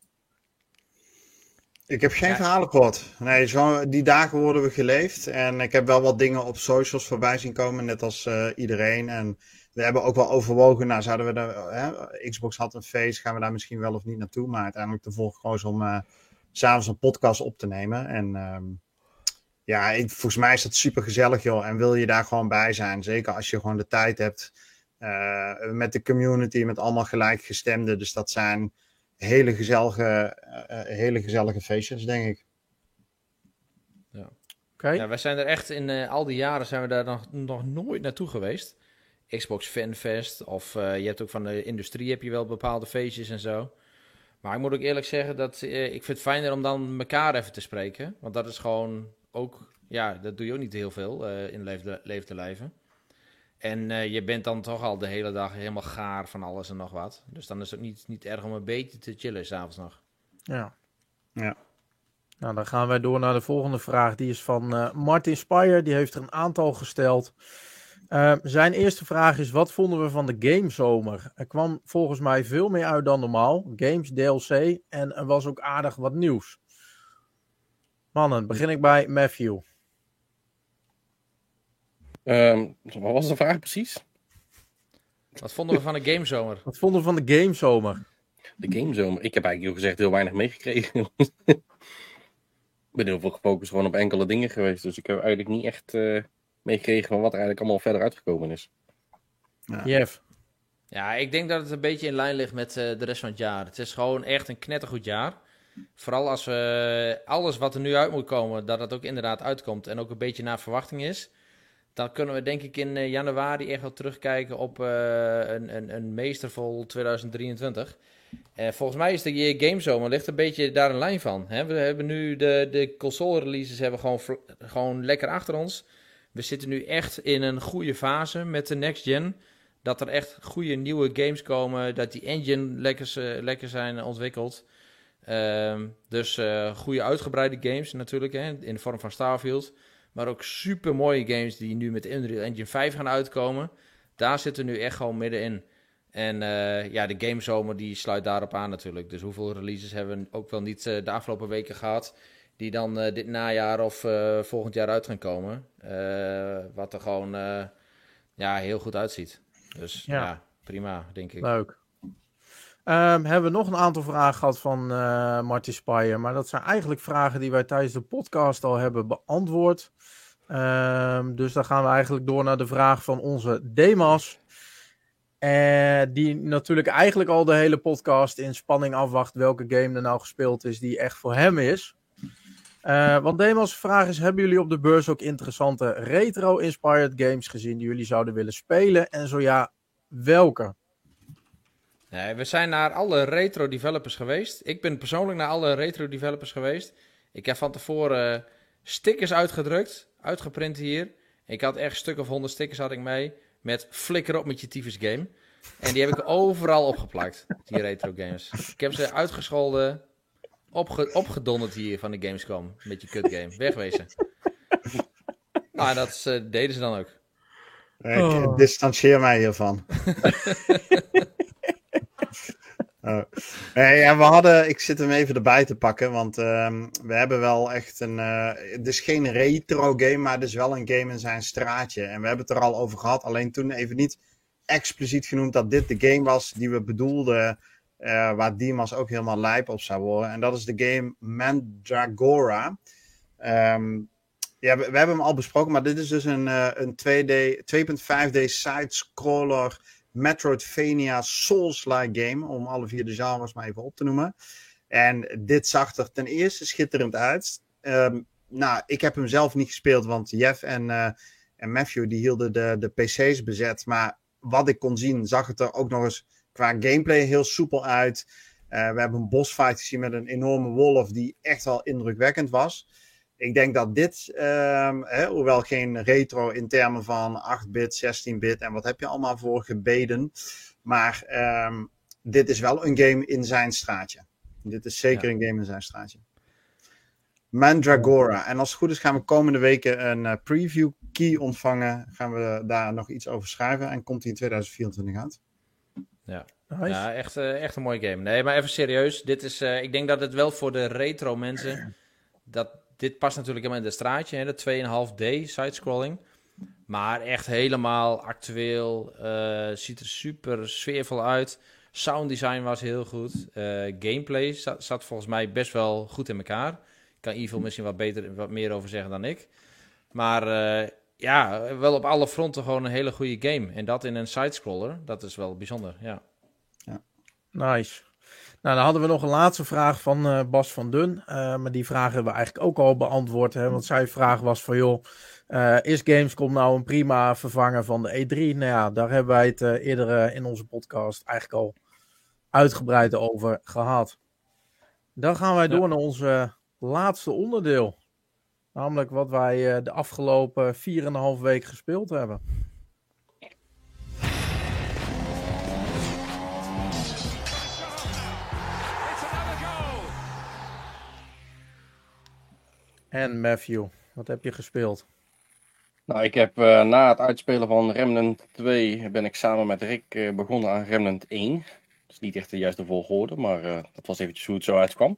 S3: Ik heb geen verhalen gehoord. Nee, die dagen worden we geleefd. En ik heb wel wat dingen op socials voorbij zien komen, net als iedereen. En we hebben ook wel overwogen, nou zouden we Xbox had een feest, gaan we daar misschien wel of niet naartoe. Maar uiteindelijk de volgende koos om 's avonds een podcast op te nemen. En volgens mij is dat super gezellig, joh. En wil je daar gewoon bij zijn. Zeker als je gewoon de tijd hebt. Met de community, met allemaal gelijkgestemden. Dus dat zijn hele gezellige feestjes, denk ik.
S4: Ja.
S1: Okay.
S4: Ja, wij zijn er echt in al die jaren zijn we daar nog nooit naartoe geweest. Xbox Fanfest of je hebt ook van de industrie heb je wel bepaalde feestjes en zo. Maar ik moet ook eerlijk zeggen dat ik vind het fijner om dan elkaar even te spreken. Want dat is gewoon ook, ja, dat doe je ook niet heel veel in leven te lijven. En je bent dan toch al de hele dag helemaal gaar van alles en nog wat. Dus dan is het niet erg om een beetje te chillen 's avonds nog.
S1: Ja.
S3: Ja.
S1: Nou, dan gaan wij door naar de volgende vraag. Die is van Martin Spire. Die heeft er een aantal gesteld. Zijn eerste vraag is, wat vonden we van de gamezomer? Er kwam volgens mij veel meer uit dan normaal. Games, DLC en er was ook aardig wat nieuws. Mannen, begin ik bij Matthew.
S5: Wat was de vraag precies?
S4: Wat vonden we van de gamezomer?
S1: Wat vonden we van de gamezomer?
S5: De gamezomer? Ik heb eigenlijk heel gezegd heel weinig meegekregen. Ik ben heel veel gefocust gewoon op enkele dingen geweest. Dus ik heb eigenlijk niet echt meegekregen van wat er eigenlijk allemaal verder uitgekomen is.
S3: Ja.
S1: Jeff.
S4: Ja, ik denk dat het een beetje in lijn ligt met de rest van het jaar. Het is gewoon echt een knettergoed jaar. Vooral als we alles wat er nu uit moet komen, dat het ook inderdaad uitkomt en ook een beetje naar verwachting is. Dan kunnen we denk ik in januari echt wel terugkijken op een meestervol 2023. Volgens mij is de gamezomer ligt een beetje daar een lijn van. Hè? We hebben nu de console releases hebben gewoon lekker achter ons. We zitten nu echt in een goede fase met de next gen. Dat er echt goede nieuwe games komen. Dat die engine lekker zijn ontwikkeld. Dus goede uitgebreide games natuurlijk. Hè, in de vorm van Starfield. Maar ook super mooie games die nu met Unreal Engine 5 gaan uitkomen. Daar zitten we nu echt gewoon middenin. En de gamezomer die sluit daarop aan natuurlijk. Dus hoeveel releases hebben we ook wel niet de afgelopen weken gehad. Die dan dit najaar of volgend jaar uit gaan komen. Wat er gewoon heel goed uitziet. Dus ja, prima denk ik.
S1: Leuk. Hebben we nog een aantal vragen gehad van Martin Spire. Maar dat zijn eigenlijk vragen die wij tijdens de podcast al hebben beantwoord. Dus dan gaan we eigenlijk door naar de vraag van onze Demas. Die natuurlijk eigenlijk al de hele podcast in spanning afwacht welke game er nou gespeeld is die echt voor hem is. Want Demas' vraag is, hebben jullie op de beurs ook interessante retro-inspired games gezien die jullie zouden willen spelen? En zo ja, welke?
S4: Nee, we zijn naar alle retro developers geweest. Ik ben persoonlijk naar alle retro developers geweest. Ik heb van tevoren stickers uitgeprint hier. Ik had echt een stuk of 100 stickers had ik mee. Met flikker op met je tyfus game. En die heb ik overal opgeplakt, die retro games. Ik heb ze uitgescholden, opgedonderd hier van de Gamescom. Met je kut game. Wegwezen. Nou, dat deden ze dan ook.
S3: Ik distancieer mij hiervan. Ik zit hem even erbij te pakken, want we hebben wel echt het is geen retro game, maar het is wel een game in zijn straatje. En we hebben het er al over gehad, alleen toen even niet expliciet genoemd dat dit de game was die we bedoelden, waar Dimas ook helemaal lijp op zou worden. En dat is de game Mandragora. We hebben hem al besproken, maar dit is dus een 2.5D side-scroller Metroidvania Souls-like game, om alle 4 de genres maar even op te noemen. En dit zag er ten eerste schitterend uit. Ik heb hem zelf niet gespeeld, want Jeff en Matthew die hielden de PC's bezet. Maar wat ik kon zien, zag het er ook nog eens qua gameplay heel soepel uit. We hebben een bossfight gezien met een enorme wolf die echt wel indrukwekkend was. Ik denk dat dit, hoewel geen retro in termen van 8-bit, 16-bit en wat heb je allemaal voor gebeden. Maar dit is wel een game in zijn straatje. Dit is zeker een game in zijn straatje. Mandragora. En als het goed is gaan we komende weken een preview key ontvangen. Gaan we daar nog iets over schrijven. En komt die in 2024 uit.
S4: Ja.
S1: Nice.
S4: Ja, echt een mooie game. Nee, maar even serieus. Dit is, ik denk dat het wel voor de retro mensen... Dit past natuurlijk helemaal in het straatje. Hè, de 2,5D sidescrolling. Maar echt helemaal actueel. Ziet er super sfeervol uit. Sounddesign was heel goed. Gameplay zat volgens mij best wel goed in elkaar. Kan Evil misschien wat meer over zeggen dan ik. Maar wel op alle fronten gewoon een hele goede game. En dat in een sidescroller, dat is wel bijzonder, ja.
S1: Nice. Nou, dan hadden we nog een laatste vraag van Bas van Dun. Maar die vraag hebben we eigenlijk ook al beantwoord. Hè? Want zijn vraag was van, joh, is Gamescom nou een prima vervanger van de E3? Nou ja, daar hebben wij het eerder in onze podcast eigenlijk al uitgebreid over gehad. Dan gaan wij door naar onze laatste onderdeel. Namelijk wat wij de afgelopen 4,5 week gespeeld hebben. En Matthew, wat heb je gespeeld?
S5: Nou, ik heb na het uitspelen van Remnant 2 ben ik samen met Rick begonnen aan Remnant 1. Dat is niet echt de juiste volgorde, maar dat was eventjes hoe het zo uitkwam.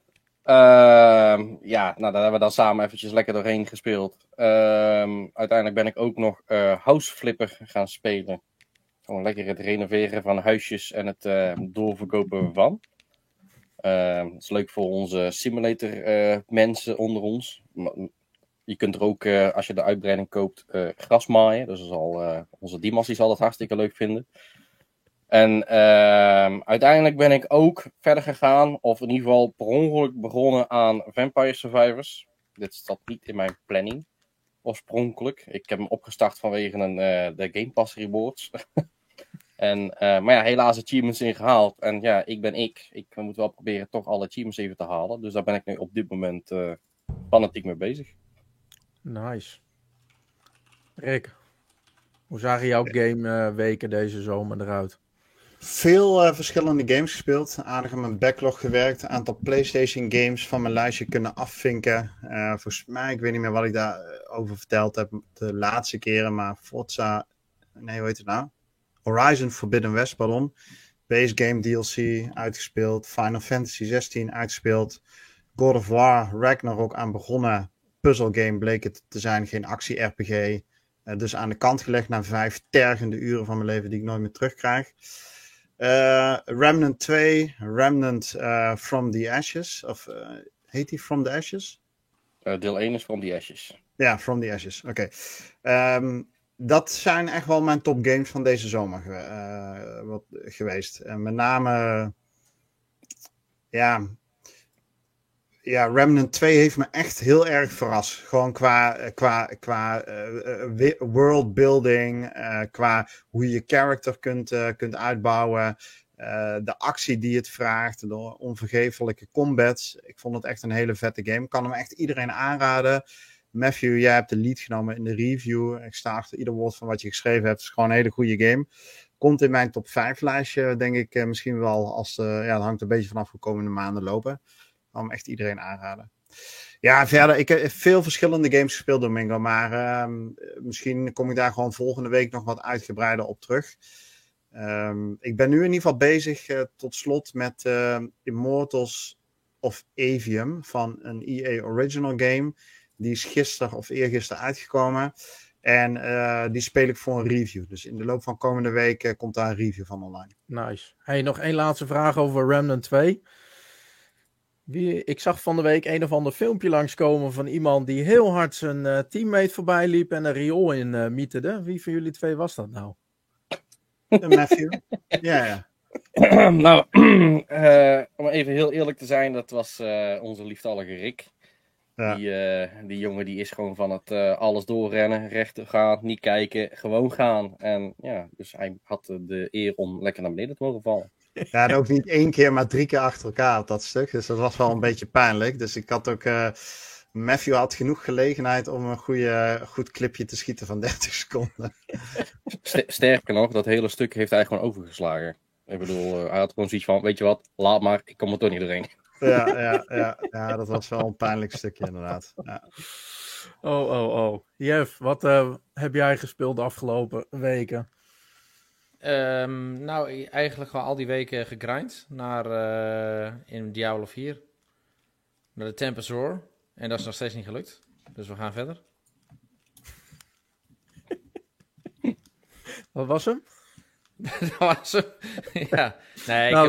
S5: Daar hebben we dan samen eventjes lekker doorheen gespeeld. Uiteindelijk ben ik ook nog House Flipper gaan spelen. Gewoon lekker het renoveren van huisjes en het doorverkopen van. Dat is leuk voor onze simulator mensen onder ons. Je kunt er ook, als je de uitbreiding koopt, gras maaien. Dus onze Dimas die zal dat hartstikke leuk vinden. En uiteindelijk ben ik ook verder gegaan, of in ieder geval per ongeluk begonnen aan Vampire Survivors. Dit zat niet in mijn planning, oorspronkelijk. Ik heb hem opgestart vanwege de Game Pass rewards. Maar helaas achievements ingehaald. En ja, ik ben ik. Ik moet wel proberen toch alle achievements even te halen. Dus daar ben ik nu op dit moment fanatiek mee bezig.
S1: Nice. Rick, hoe zagen jouw gameweken deze zomer eruit?
S3: Veel verschillende games gespeeld. Aardig aan mijn backlog gewerkt. Een aantal PlayStation games van mijn lijstje kunnen afvinken. Volgens mij, ik weet niet meer wat ik daarover verteld heb de laatste keren. Maar Forza, nee, hoe heet het nou? Horizon Forbidden West, pardon. Base Game DLC uitgespeeld. Final Fantasy 16 uitgespeeld. God of War, Ragnarok aan begonnen. Puzzle game bleek het te zijn, geen actie-RPG. Dus aan de kant gelegd na 5 tergende uren van mijn leven die ik nooit meer terugkrijg. Remnant 2, Remnant From the Ashes. Of heet die From the Ashes?
S5: Deel 1 is From the Ashes.
S3: Ja, From the Ashes, oké. Dat zijn echt wel mijn top games van deze zomer geweest. Met name... Ja, Remnant 2 heeft me echt heel erg verrast. Gewoon qua worldbuilding, qua hoe je je character kunt uitbouwen. De actie die het vraagt, de onvergeeflijke combats. Ik vond het echt een hele vette game. Ik kan hem echt iedereen aanraden. Matthew, jij hebt de lead genomen in de review. Ik sta achter ieder woord van wat je geschreven hebt. Het is gewoon een hele goede game. Komt in mijn top 5 lijstje, denk ik misschien wel. Dat hangt een beetje vanaf hoe komende maanden lopen. Ik kan hem echt iedereen aanraden. Ja, verder, ik heb veel verschillende games gespeeld, Domingo. Maar misschien kom ik daar gewoon volgende week nog wat uitgebreider op terug. Ik ben nu in ieder geval bezig tot slot met Immortals of Avium van een EA Original Game. Die is gisteren of eergisteren uitgekomen. En die speel ik voor een review. Dus in de loop van komende week komt daar een review van online.
S1: Nice. Hey, nog één laatste vraag over Remnant 2. Ik zag van de week een of ander filmpje langskomen van iemand die heel hard zijn teammate voorbij liep en een riool in mieterde. Wie van jullie twee was dat nou?
S3: Matthew? Ja.
S5: Nou, om even heel eerlijk te zijn, dat was onze lieftallige Rick. Ja. Die jongen die is gewoon van het alles doorrennen, recht gaan, niet kijken, gewoon gaan. En ja, dus hij had de eer om lekker naar beneden te mogen vallen.
S3: Ja, en ook niet 1 keer, maar 3 keer achter elkaar op dat stuk. Dus dat was wel een beetje pijnlijk. Dus ik had ook Matthew had genoeg gelegenheid om een goed clipje te schieten van 30 seconden.
S5: Sterker nog, dat hele stuk heeft hij gewoon overgeslagen. Ik bedoel, hij had gewoon zoiets van, weet je wat, laat maar, ik kom er toch niet doorheen.
S3: Ja, dat was wel een pijnlijk stukje inderdaad. Ja.
S1: Oh. Jeff, wat heb jij gespeeld de afgelopen weken?
S4: Nou, eigenlijk gewoon al die weken gegrind naar in Diablo 4. Naar de Tempest Roar. En dat is nog steeds niet gelukt. Dus we gaan verder.
S1: Wat was hem?
S4: Dat was hem. Ja. Nee,
S1: Nou,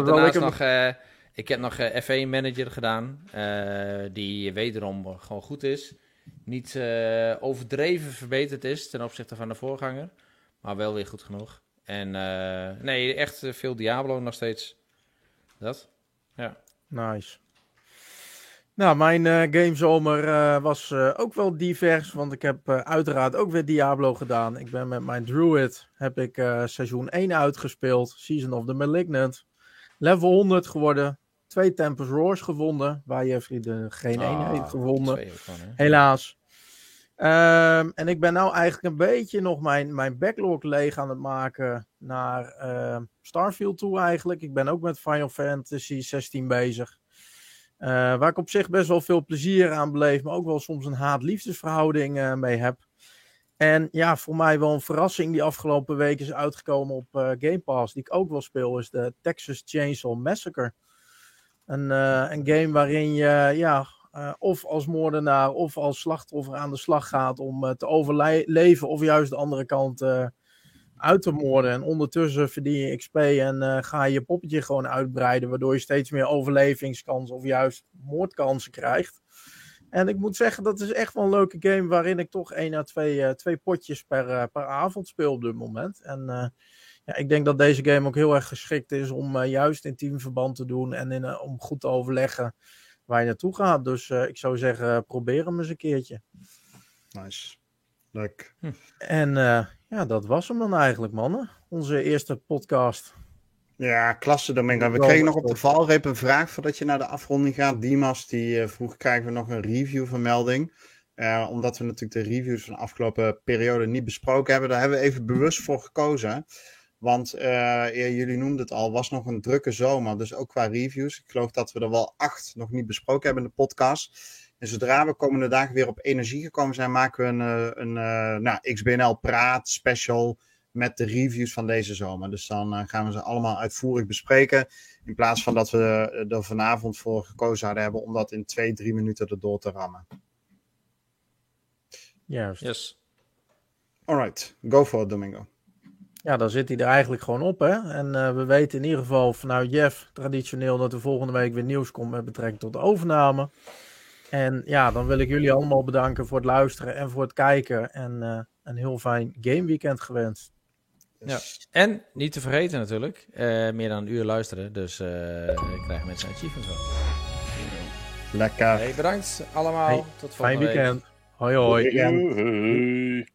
S4: ik heb nog F1 Manager gedaan. Die wederom gewoon goed is. Niet overdreven verbeterd is ten opzichte van de voorganger. Maar wel weer goed genoeg. En nee, echt veel Diablo nog steeds. Dat. Ja.
S1: Nice. Nou, mijn gamezomer was ook wel divers, want ik heb uiteraard ook weer Diablo gedaan. Ik ben met mijn Druid, heb ik seizoen 1 uitgespeeld, Season of the Malignant. Level 100 geworden, 2 Tempest Roars gevonden, waar Jeffrey geen 1 heeft gevonden,
S4: 2 ook van, hè?
S1: helaas. En ik ben nou eigenlijk een beetje nog mijn backlog leeg aan het maken naar Starfield toe eigenlijk. Ik ben ook met Final Fantasy 16 bezig. Waar ik op zich best wel veel plezier aan beleef, maar ook wel soms een haat-liefdesverhouding mee heb. En ja, voor mij wel een verrassing die afgelopen week is uitgekomen op Game Pass, die ik ook wel speel, is de Texas Chainsaw Massacre. Een game waarin je of als moordenaar of als slachtoffer aan de slag gaat om te overleven of juist de andere kant uit te moorden. En ondertussen verdien je XP en ga je poppetje gewoon uitbreiden, waardoor je steeds meer overlevingskansen of juist moordkansen krijgt. En ik moet zeggen, dat is echt wel een leuke game waarin ik toch 1 à 2 potjes per avond speel op dit moment. En ik denk dat deze game ook heel erg geschikt is om juist in teamverband te doen en om goed te overleggen waar je naartoe gaat. Dus ik zou zeggen, probeer hem eens een keertje.
S3: Nice. Leuk.
S1: En dat was hem dan eigenlijk, mannen. Onze eerste podcast.
S3: Ja, klasse Domingo. We kregen nog op de valreep een vraag voordat je naar de afronding gaat. Dimas die vroeg, krijgen we nog een reviewvermelding? Omdat we natuurlijk de reviews van de afgelopen periode niet besproken hebben. Daar hebben we even bewust voor gekozen. Want jullie noemden het al, was nog een drukke zomer. Dus ook qua reviews. Ik geloof dat we er wel 8 nog niet besproken hebben in de podcast. En zodra we komende dagen weer op energie gekomen zijn, maken we een XBNL Praat special met de reviews van deze zomer. Dus dan gaan we ze allemaal uitvoerig bespreken. In plaats van dat we er vanavond voor gekozen zouden hebben om dat in 2-3 minuten erdoor te rammen.
S1: Juist.
S4: Yes.
S3: Alright, go for it, Domingo.
S1: Ja, dan zit hij er eigenlijk gewoon op, hè. En we weten in ieder geval vanuit Jeff traditioneel dat er volgende week weer nieuws komt met betrekking tot de overname. En ja, dan wil ik jullie allemaal bedanken voor het luisteren en voor het kijken. En een heel fijn gameweekend gewenst.
S4: Ja. En niet te vergeten natuurlijk, meer dan een uur luisteren. Dus krijgen mensen achievements wel.
S3: Lekker.
S4: Hey, bedankt allemaal.
S1: Hey,
S4: tot volgende
S1: fijn weekend.
S4: week.
S1: Hoi hoi.
S5: Hoi.